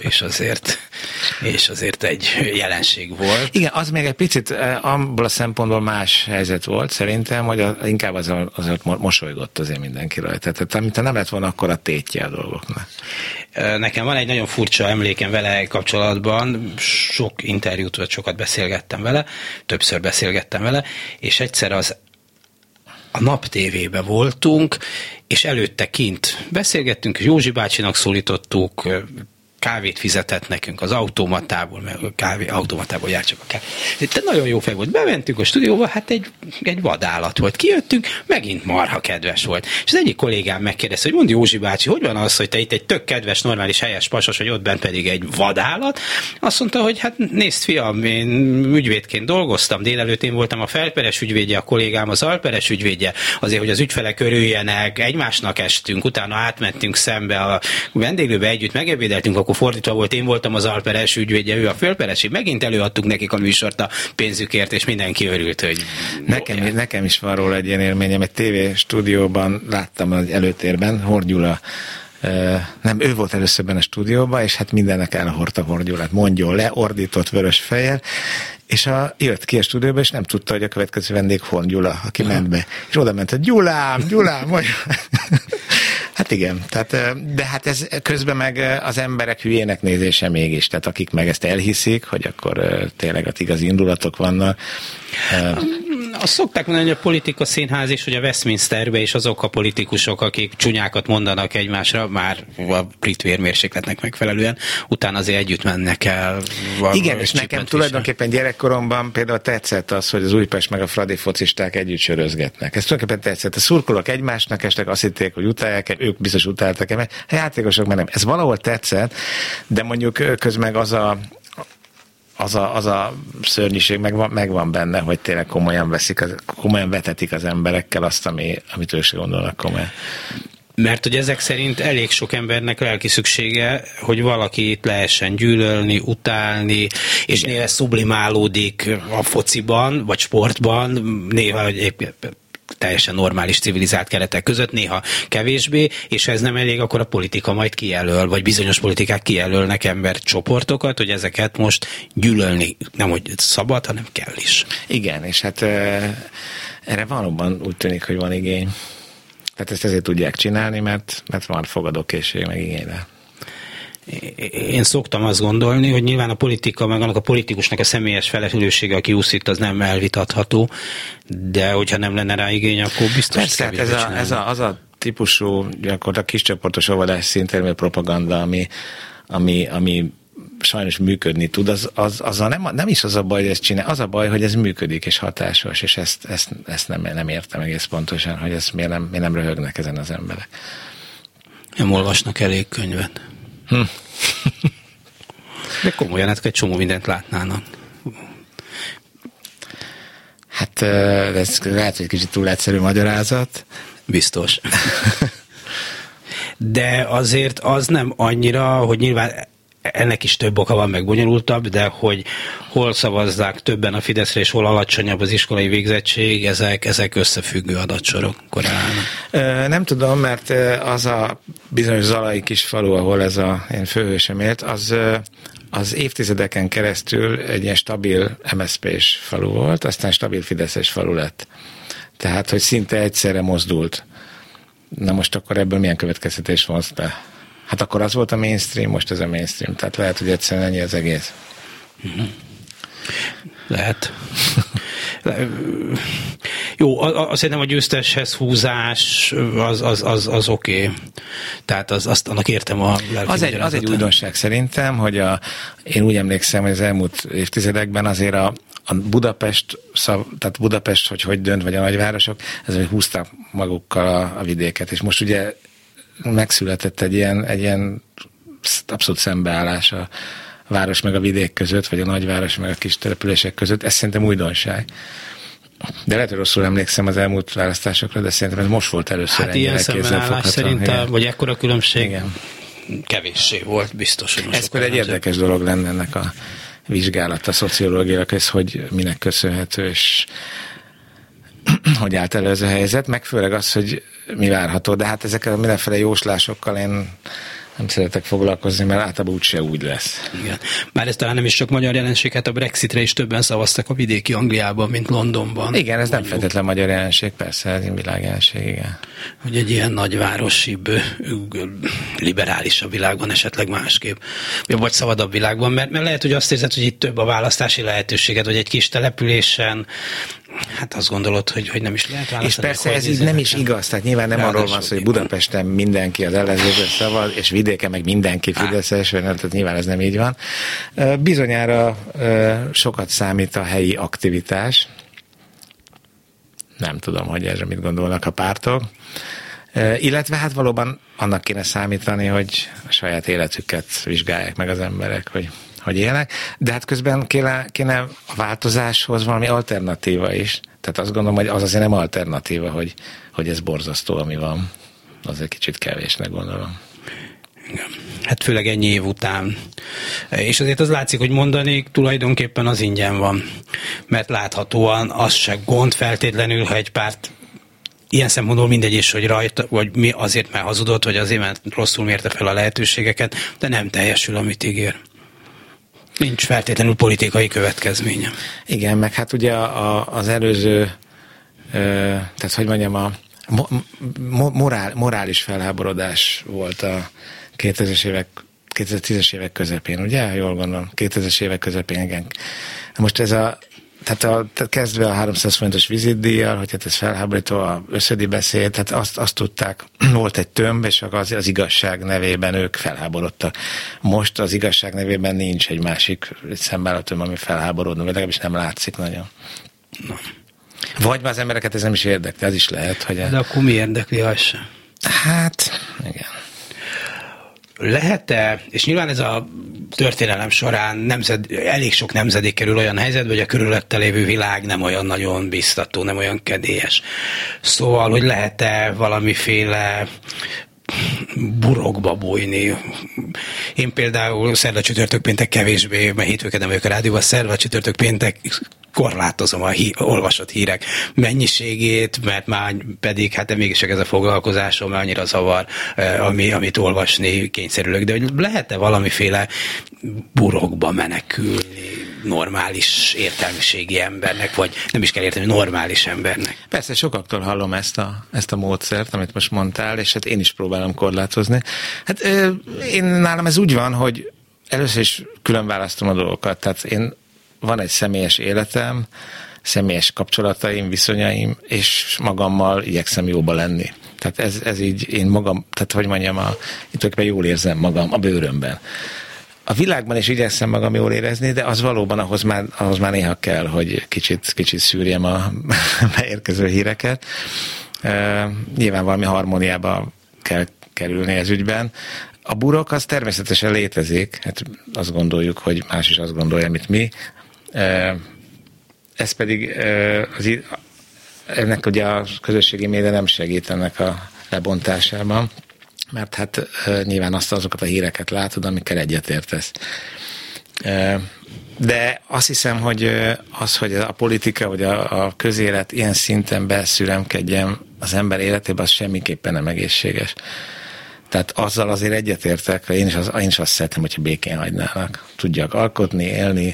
Speaker 2: és azért egy jelenség volt.
Speaker 3: Igen, az még egy picit abból a szempontból más helyzet volt szerintem, hogy inkább azért mosolygott azért mindenki rajta. Tehát amit nem lett volna, akkor a tétje a dolgoknak.
Speaker 2: Nekem van egy nagyon furcsa emlékem vele kapcsolatban, sok interjút, vagy sokat beszélgettem vele, többször beszélgettem vele, és egyszer a Nap TV-be voltunk, és előtte kint beszélgettünk, és Józsi bácsinak szólítottuk, kávét fizetett nekünk az automatából, mert a kávé automatából jár csak a kávé. De nagyon jó fej volt. Bementünk a stúdióba, hát egy vadállat volt. Kijöttünk, megint marha kedves volt. És az egyik kollégám megkérdezte, hogy mondd Józsi bácsi, hogy van az, hogy te itt egy tök kedves, normális, helyes pasas, hogy ott bent pedig egy vadállat? Azt mondta, hogy hát nézd fiam, én ügyvédként dolgoztam, délelőtt én voltam a felperes ügyvédje, a kollégám az alperes ügyvédje, azért, hogy az ügyfelek örüljenek, egymásnak estünk, utána átmentünk szembe a vendéglőbe együtt, megebédeltünk, akkor fordítva volt, én voltam az alperes ügyvédje, ő a fölperes, megint előadtuk nekik a műsort a pénzükért, és mindenki örült, hogy...
Speaker 3: Nekem is van róla egy ilyen élményem, egy TV stúdióban láttam az előtérben, Horn Gyula, nem, ő volt először benne a stúdióban, és hát mindennek elhordta Horn Gyulát, mondjon le, ordított vörös fejjel, és jött ki a stúdióba, és nem tudta, hogy a következő vendég Horn Gyula, aki ment be. És oda ment, hogy Gyulám, mondja. Hát igen, de hát ez közben meg az emberek hülyének nézése mégis, tehát akik meg ezt elhiszik, hogy akkor tényleg az igazi indulatok vannak.
Speaker 2: Azt szokták mondani, hogy a politika színház is, hogy a Westminsterbe is azok a politikusok, akik csúnyákat mondanak egymásra, már a brit vérmérsékletnek megfelelően, utána azért együtt mennek el.
Speaker 3: Igen, és nekem tulajdonképpen gyerekkoromban például tetszett az, hogy az Újpest meg a Fradi focisták együtt sörözgetnek. Ez tulajdonképpen tetszett. A szurkolók egymásnak estek, azt hitték, hogy utálják, ők biztos utáltak, mert a játékosok meg nem. Ez valahol tetszett, de mondjuk közben az a szörnyiség megvan benne, hogy tényleg komolyan vetetik az emberekkel azt, amit ők se gondolnak komolyan.
Speaker 2: Mert hogy ezek szerint elég sok embernek lelki szüksége, hogy valakit lehessen gyűlölni, utálni, és néha sublimálódik a fociban, vagy sportban, néha épp teljesen normális, civilizált keretek között, néha kevésbé, és ha ez nem elég, akkor a politika majd kijelöl, vagy bizonyos politikák kijelölnek embercsoportokat, hogy ezeket most gyűlölni nem hogy szabad, hanem kell is.
Speaker 3: Igen, és hát erre valóban úgy tűnik, hogy van igény. Tehát ezt ezért tudják csinálni, mert van fogadókészség, meg igényre.
Speaker 2: Én szoktam azt gondolni, hogy nyilván a politika, meg annak a politikusnak a személyes felelőssége, aki úszít, az nem elvitatható, de hogyha nem lenne rá igény, akkor biztos
Speaker 3: persze, ez az a típusú, gyakorlatilag kiscsoportos olvadás szinten propaganda, ami sajnos működni tud, az nem is az a baj, hogy ezt csinál, az a baj, hogy ez működik és hatásos, és ezt nem értem egész pontosan, hogy ezt miért nem röhögnek ezen az emberek.
Speaker 2: Nem olvasnak elég könyvet. De komolyan, hát egy csomó mindent látnának.
Speaker 3: Hát ez lehet, hogy kicsit túl egyszerű magyarázat.
Speaker 2: Biztos. De azért az nem annyira, hogy nyilván ennek is több oka van, meg bonyolultabb, de hogy hol szavazzák többen a Fideszre, és hol alacsonyabb az iskolai végzettség, ezek összefüggő adatsorok korrelálnak.
Speaker 3: Nem tudom, mert az a bizonyos zalai kis falu, ahol ez én főhősöm élt, az évtizedeken keresztül egy ilyen stabil MSZP-s falu volt, aztán stabil Fideszes falu lett. Tehát, hogy szinte egyszerre mozdult. Na most akkor ebből milyen következtetés vonsz le? Hát akkor az volt a mainstream, most ez a mainstream. Tehát lehet, hogy egyszerűen ennyi az egész.
Speaker 2: Lehet. Jó, szerintem a győzteshez húzás az oké. Tehát annak értem a lelki
Speaker 3: az egy újdonság szerintem, hogy én úgy emlékszem, hogy az elmúlt évtizedekben azért a Budapest, tehát Budapest, hogy dönt, vagy a nagyvárosok, ezért húzták magukkal a vidéket, és most ugye megszületett egy ilyen abszolút szembeállás a város meg a vidék között, vagy a nagyváros meg a kis települések között. Ez szerintem újdonság. De lehet, hogy rosszul emlékszem az elmúlt választásokra, de szerintem ez most volt először
Speaker 2: ennyire
Speaker 3: kézzelfogható.
Speaker 2: Hát ilyen szembeállás szerintem, vagy ekkora különbség
Speaker 3: igen.
Speaker 2: Kevéssé volt, biztos, hogy most.
Speaker 3: Ez például egy érdekes dolog lenne ennek a vizsgálata, szociológiailag, ez hogy minek köszönhető, és hogy állt elő ez a helyzet, meg főleg az, hogy mi várható, de hát ezekkel mindenféle jóslásokkal én nem szeretek foglalkozni, mert általában úgyse úgy lesz.
Speaker 2: Igen. Bár ez talán nem is csak magyar jelenség, hát a Brexitre is többen szavaztak a vidéki Angliában, mint Londonban.
Speaker 3: Igen, ez nem feltétlen magyar jelenség, persze, ez egy világjelenség, igen.
Speaker 2: Hogy egy ilyen nagyvárosibb, liberálisabb világban esetleg másképp, vagy szabadabb világban, mert lehet, hogy azt érzed, hogy itt több a választási lehetőséget, hogy egy kis településen Hát azt gondolod, hogy nem is lehet választani.
Speaker 3: És persze ez így nem is igaz, tehát nyilván nem arról van szó, hogy Budapesten mindenki az ellenzékre szavaz, és vidéken meg mindenki fideszes, tehát nyilván ez nem így van. Bizonyára sokat számít a helyi aktivitás. Nem tudom, hogy erre mit gondolnak a pártok. Illetve hát valóban annak kéne számítani, hogy a saját életüket vizsgálják meg az emberek, hogy élnek, de hát közben kéne a változáshoz valami alternatíva is. Tehát azt gondolom, hogy az azért nem alternatíva, hogy ez borzasztó, ami van. Az egy kicsit kevésnek gondolom.
Speaker 2: Hát főleg ennyi év után. És azért az látszik, hogy mondani tulajdonképpen az ingyen van. Mert láthatóan az se gond feltétlenül, ha egy párt ilyen szempontból mindegy is, hogy rajta, vagy mi azért már hazudott, vagy azért mert rosszul mérte fel a lehetőségeket, de nem teljesül, amit ígér. Nincs feltétlenül politikai következménye.
Speaker 3: Igen, meg hát ugye az előző, tehát hogy mondjam, a morális felháborodás volt a 2010-es évek közepén, ugye? Jól gondolom, 2000-es évek közepén, igen. Most ez tehát kezdve a 300 forintos vizitdíjjal, hogy hát ez felháborító, a összödi beszéd, tehát azt tudták, volt egy tömb, és az igazság nevében ők felháborodtak. Most az igazság nevében nincs egy másik szembeállatömb, ami felháborodna, vagy legalábbis nem látszik nagyon. Vagy már az embereket ez nem is érdekli, az is lehet, hogy...
Speaker 2: De akkor mi érdekli, az sem?
Speaker 3: Hát, igen.
Speaker 2: Lehet-e, és nyilván ez a történelem során elég sok nemzedék kerül olyan helyzetbe, hogy a körülötte lévő világ nem olyan nagyon biztató, nem olyan kedélyes. Szóval, hogy lehet-e valamiféle burokba bújni. Én például szerda, csütörtök, péntek kevésbé, mert hétfőket nem vagyok a rádióban, szerda, csütörtök, péntek korlátozom a olvasott hírek mennyiségét, mert már pedig, hát de mégis ez a foglalkozásom, mert annyira zavar, amit olvasni kényszerülök. De hogy lehet-e valamiféle burokba menekülni normális értelmiségi embernek, vagy nem is kell érteni, normális embernek?
Speaker 3: Persze, sokaktól hallom ezt a módszert, amit most mondtál, és hát én is próbálom korlátozni. Hát nálam ez úgy van, hogy először is külön választom a dolgokat, tehát van egy személyes életem, személyes kapcsolataim, viszonyaim, és magammal igyekszem jóba lenni. Tehát ez így én magam, tehát hogy mondjam, itt jól érzem magam a bőrömben. A világban is igyekszem magam jól érezni, de az valóban ahhoz már néha kell, hogy kicsit szűrjem a beérkező híreket. Nyilván valami harmóniába kell kerülni ez ügyben. A burok az természetesen létezik, hát azt gondoljuk, hogy más is azt gondolja, mint mi. Ez pedig ennek ugye a közösségi média nem segít ennek a lebontásában, mert hát nyilván azokat a híreket látod, amikkel egyetértesz. De azt hiszem, hogy hogy a politika, vagy a közélet ilyen szinten beszüremkedjen az ember életében, az semmiképpen nem egészséges. Tehát azzal azért egyetértek, én is azt szeretem, hogyha békén hagynának. Tudjak alkotni, élni.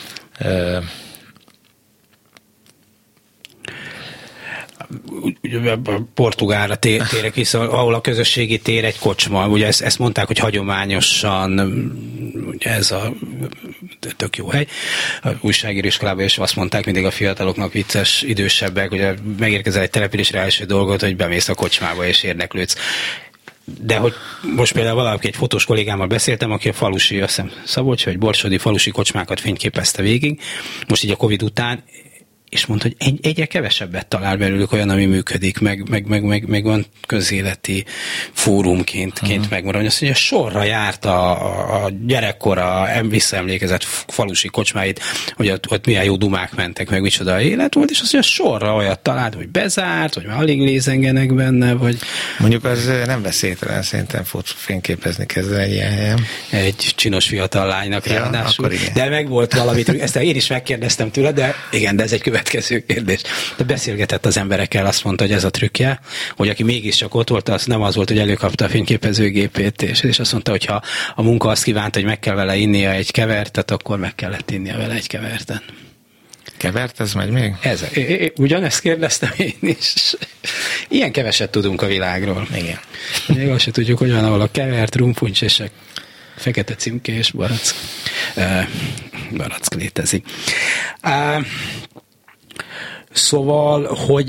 Speaker 2: Portugálra térek vissza, ahol a közösségi tér egy kocsma. Ugye ezt mondták, hogy hagyományosan ugye ez a tök jó hely. A újságíróiskolában is azt mondták mindig a fiataloknak, vicces, idősebbek, hogy megérkezel egy településre, első dolgot, hogy bemész a kocsmába és érdeklődsz. De hogy most például valaki egy fotós kollégámmal beszéltem, aki a falusi, azt hiszem Szabolcs vagy Borsodi falusi kocsmákat fényképezte végig, most így a Covid után, és mondta, hogy egyre kevesebbet talál belőlük olyan, ami működik, meg van közéleti fórumként megmaradni. Azt mondja, sorra járt a gyerekkora visszaemlékezett falusi kocsmáit, hogy ott milyen jó dumák mentek, meg micsoda élet volt, és azt mondja, sorra olyat talált, hogy bezárt, hogy már alig lézengenek benne, vagy...
Speaker 3: Mondjuk az nem veszélytelen, szerintem fényképezni kezdeni egy ilyen helyen.
Speaker 2: Egy csinos fiatal lánynak ráadásul. De meg volt valamit, ezt én is megkérdeztem tőle, de igen, de ez egy következő kérdés. De beszélgetett az emberekkel, azt mondta, hogy ez a trükkje, hogy aki mégiscsak ott volt, az nem az volt, hogy előkapta a fényképezőgépét, és azt mondta, hogy ha a munka azt kívánta, hogy meg kell vele innia egy kevertet, akkor meg kellett innia vele egy kevertet.
Speaker 3: Kevert, ez megy még?
Speaker 2: Ugyanezt kérdeztem én is. Ilyen keveset tudunk a világról.
Speaker 3: Igen.
Speaker 2: Még azt se tudjuk, hogy van, ahol a kevert, rumpuncs és a fekete címkés barack. Barack létezik. Szóval,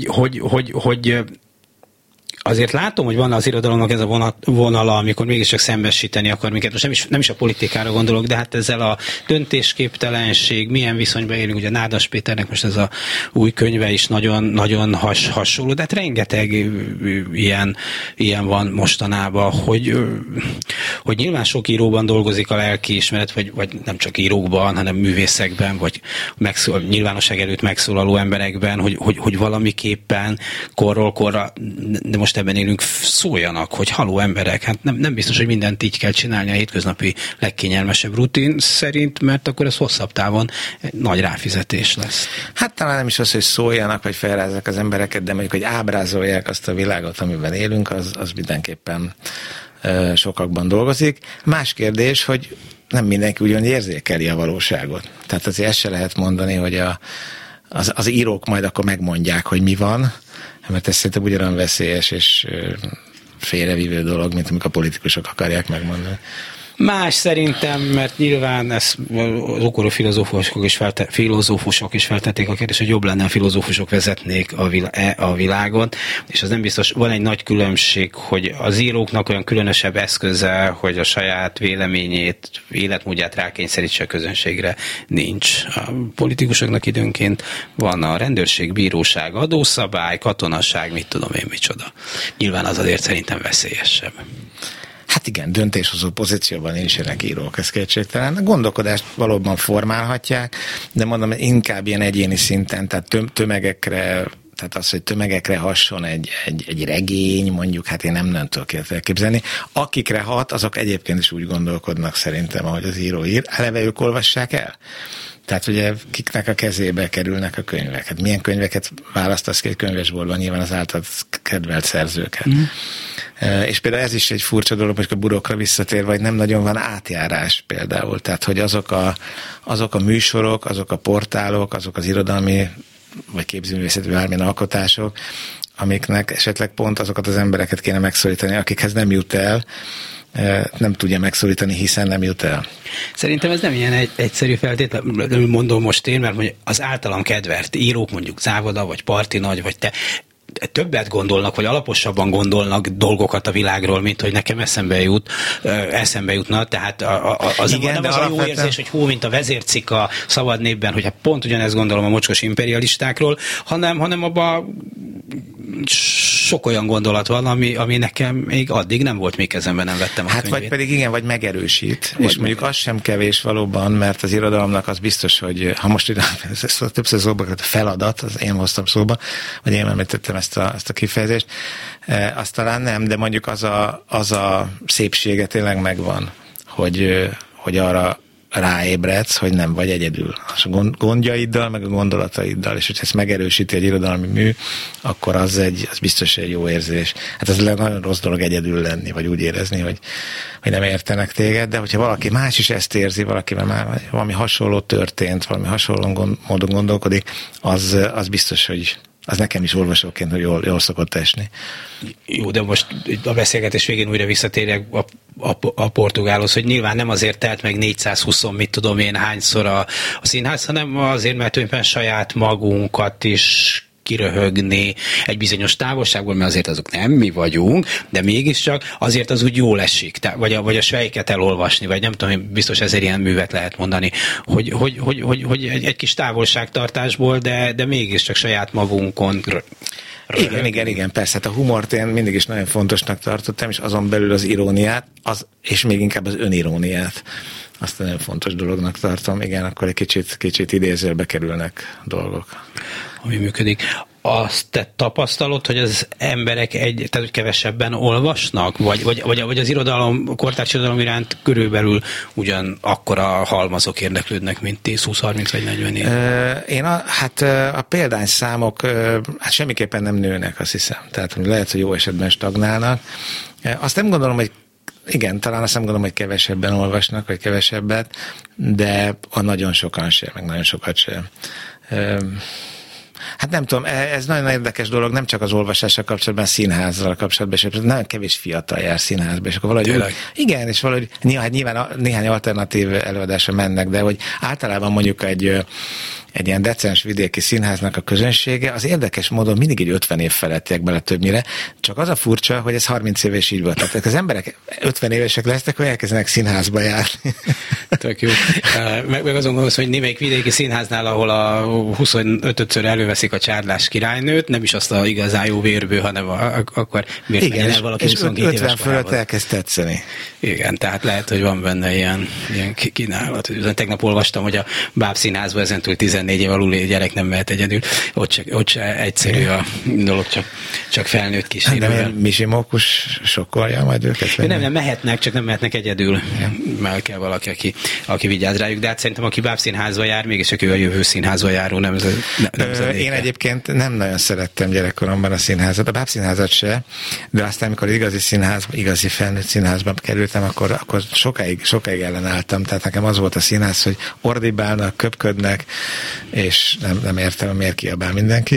Speaker 2: hogy azért látom, hogy van az irodalomnak ez a vonala, amikor mégiscsak szembesíteni akar minket. Most nem is a politikára gondolok, de hát ezzel a döntésképtelenség, milyen viszonyban élünk, ugye Nádas Péternek most ez a új könyve is nagyon, nagyon hasonló, de hát rengeteg ilyen van mostanában, hogy nyilván sok íróban dolgozik a lelkiismeret, vagy nem csak írókban, hanem művészekben, vagy nyilvánosság előtt megszólaló emberekben, hogy valamiképpen korról korra, de most ebben élünk, szóljanak, hogy haló emberek, hát nem biztos, hogy mindent így kell csinálni a hétköznapi legkényelmesebb rutin szerint, mert akkor ez hosszabb távon nagy ráfizetés lesz.
Speaker 3: Hát talán nem is az, hogy szóljanak, vagy felrázzák az embereket, de mondjuk, hogy ábrázolják azt a világot, amiben élünk, az mindenképpen sokakban dolgozik. Más kérdés, hogy nem mindenki ugyan érzékeli a valóságot. Tehát azért ezt se lehet mondani, hogy az írók majd akkor megmondják, hogy mi van, mert ez szerintem ugyanolyan veszélyes és félrevívő dolog, mint amikor a politikusok akarják megmondani.
Speaker 2: Más szerintem, mert nyilván az okorú filozófusok is feltették a kérdést, hogy jobb lenne, a filozófusok vezetnék a világot, és az nem biztos, van egy nagy különbség, hogy az íróknak olyan különösebb eszköze, hogy a saját véleményét, életmódját rákényszerítse a közönségre, nincs. A politikusoknak időnként van a rendőrség, bíróság, adószabály, katonaság, mit tudom én micsoda. Nyilván az azért szerintem veszélyesebb.
Speaker 3: Hát igen, döntéshozó pozícióban nincsenek írók, ez kétségtelen. A gondolkodást valóban formálhatják, de mondom, inkább ilyen egyéni szinten, tehát tömegekre, tehát az, hogy tömegekre hasson egy regény, mondjuk, hát én nem tudok elképzelni. Akikre hat, azok egyébként is úgy gondolkodnak szerintem, ahogy az író ír. Eleve ők olvassák el. Tehát ugye kiknek a kezébe kerülnek a könyvek. Hát milyen könyveket választasz ki egy könyvesboltban, nyilván az általad kedvelt szerzőket. És például ez is egy furcsa dolog, hogy a burokra visszatérve, hogy nem nagyon van átjárás például. Tehát, hogy azok a műsorok, azok a portálok, azok az irodalmi vagy képzőművészeti bármilyen alkotások, amiknek esetleg pont azokat az embereket kéne megszólítani, akikhez nem jut el, nem tudja megszólítani, hiszen nem jut el.
Speaker 2: Szerintem ez nem ilyen egyszerű feltétlenül, mondom most én, mert az általam kedvelt írók, mondjuk Závoda, vagy Parti Nagy, vagy te, többet gondolnak, vagy alaposabban gondolnak dolgokat a világról, mint hogy nekem eszembe jutna, tehát az igen, nem az a jó érzés, hogy hú, mint a vezércikk a Szabad Népben, hogy hát pont ugyanezt gondolom a mocskos imperialistákról, hanem abban sok olyan gondolat van, ami nekem még addig nem volt, még kezemben nem vettem a könyvét.
Speaker 3: Vagy pedig igen, vagy megerősít, és mondjuk az sem kevés valóban, mert az irodalomnak az biztos, hogy ha most többször szóba került a feladat, az én hoztam szóba, vagy én említettem ezt a kifejezést, azt talán nem, de mondjuk az a szépsége tényleg megvan, hogy arra ráébredsz, hogy nem vagy egyedül. A gondjaiddal, meg a gondolataiddal, és hogyha ezt megerősíti egy irodalmi mű, akkor az biztos egy jó érzés. Hát ez nagyon rossz dolog egyedül lenni, vagy úgy érezni, hogy nem értenek téged, de hogyha valaki más is ezt érzi, valakivel már valami hasonló történt, valami hasonló módon gondolkodik, az biztos, hogy az nekem is olvasóként, hogy jól szokott esni.
Speaker 2: Jó, de most a beszélgetés végén újra visszatérjek a portugálhoz, hogy nyilván nem azért telt meg 420, mit tudom én, hányszor a színház, hanem azért, mert tulajdonképpen saját magunkat is kiröhögni egy bizonyos távolságból, mert azért azok nem mi vagyunk, de mégiscsak azért az úgy jól esik, vagy a Svejket elolvasni, vagy nem tudom, biztos ezért ilyen művet lehet mondani, hogy egy kis távolságtartásból, de mégiscsak saját magunkon
Speaker 3: Igen, persze. Hát a humort én mindig is nagyon fontosnak tartottam, és azon belül az iróniát, és még inkább az öniróniát. Azt nagyon fontos dolognak tartom. Igen, akkor egy kicsit idézőbe kerülnek dolgok.
Speaker 2: Ami működik. Azt te tapasztalod, hogy az emberek tehát hogy kevesebben olvasnak? Vagy az irodalom, kortárs irodalom iránt körülbelül ugyan akkora halmazok érdeklődnek, mint 10, 20, 30 vagy 40 év?
Speaker 3: A példányszámok semmiképpen nem nőnek, azt hiszem. Tehát lehet, hogy jó esetben stagnálnak. Azt nem gondolom, hogy igen, talán azt nem gondolom, hogy kevesebben olvasnak, vagy kevesebbet, de nagyon sokan sem, meg nagyon sokat sem. Hát nem tudom, ez nagyon érdekes dolog, nem csak az olvasással kapcsolatban, színházzal kapcsolatban, és nagyon kevés fiatal jár színházba, és akkor valahogy igen, és valahogy nyilván néhány alternatív előadásra mennek, de hogy általában mondjuk egy ilyen decens vidéki színháznak a közönsége, az érdekes módon mindig egy 50 év felettiek bele többnyire, csak az a furcsa, hogy ez 30 éve is így volt. Tehát az emberek 50 évesek lesznek, hogy elkezdenek színházba járni.
Speaker 2: Tök jó. Meg azon gondolsz, hogy némelyik vidéki színháznál, ahol a 25-ször előveszik a Csárlás királynőt, nem is azt a igazán jó vérből, hanem akkor miért
Speaker 3: igen,
Speaker 2: el valaki
Speaker 3: 22 éves 50 fölött elkezd tetszeni.
Speaker 2: Igen, tehát lehet, hogy van benne ilyen kínálat. Tegnap olvastam, hogy a Bábszínházban ezentúl 14 év aluli gyerek nem mehet egyedül. Ott se egyszerű a dolog, csak felnőtt kísérővel.
Speaker 3: De Misi Mókus sokkolja majd őket?
Speaker 2: Nem mehetnek, csak nem mehetnek egyedül. Mert kell valaki, aki vigyáz rájuk. De hát szerintem, aki Bábszínházba jár, mégiscsak ő a jövő színházba járó nemzedéke.
Speaker 3: Én egyébként nem nagyon szerettem gyerekkoromban a színházat, a Bábszínházat se, de aztán, amikor igazi felnőtt színházba kerültem, akkor sokáig ellenálltam. Tehát nekem az volt a színház, hogy ordibálnak, köpködnek, és nem értem, miért kiabál mindenki.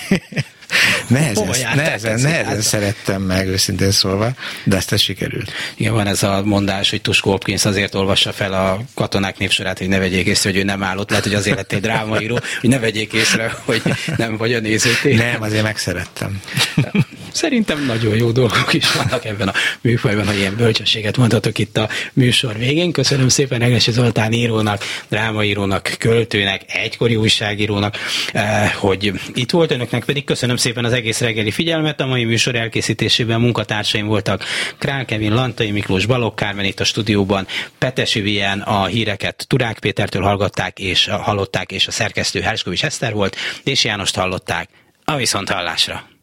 Speaker 3: Nehezen szerettem meg, őszintén szólva, de ezt sikerült.
Speaker 2: Igen, van ez a mondás, hogy Tuskó Hopkins azért olvassa fel a Katonák népsorát, hogy ne vegyék észre, hogy ő nem állott. Lehet, hogy azért lett egy drámaíró, hogy ne vegyék észre, hogy nem vagy a nézőtér.
Speaker 3: Nem, azért megszerettem.
Speaker 2: Szerintem nagyon jó dolgok is vannak ebben a műfajban, hogy ilyen bölcsességet mondhatok itt a műsor végén. Köszönöm szépen Egressy Zoltán írónak, drámaírónak, költőnek, egykori újságírónak, hogy itt volt, önöknek pedig köszönöm szépen az egész reggeli figyelmet. A mai műsor elkészítésében munkatársaim voltak Král Kevin, Lantai Miklós, Balogh Kármen itt a stúdióban, Petesi Vien, a híreket Turák Pétertől hallották, és a szerkesztő Herskovics Eszter volt, és Jánost hallották. A viszonthallásra!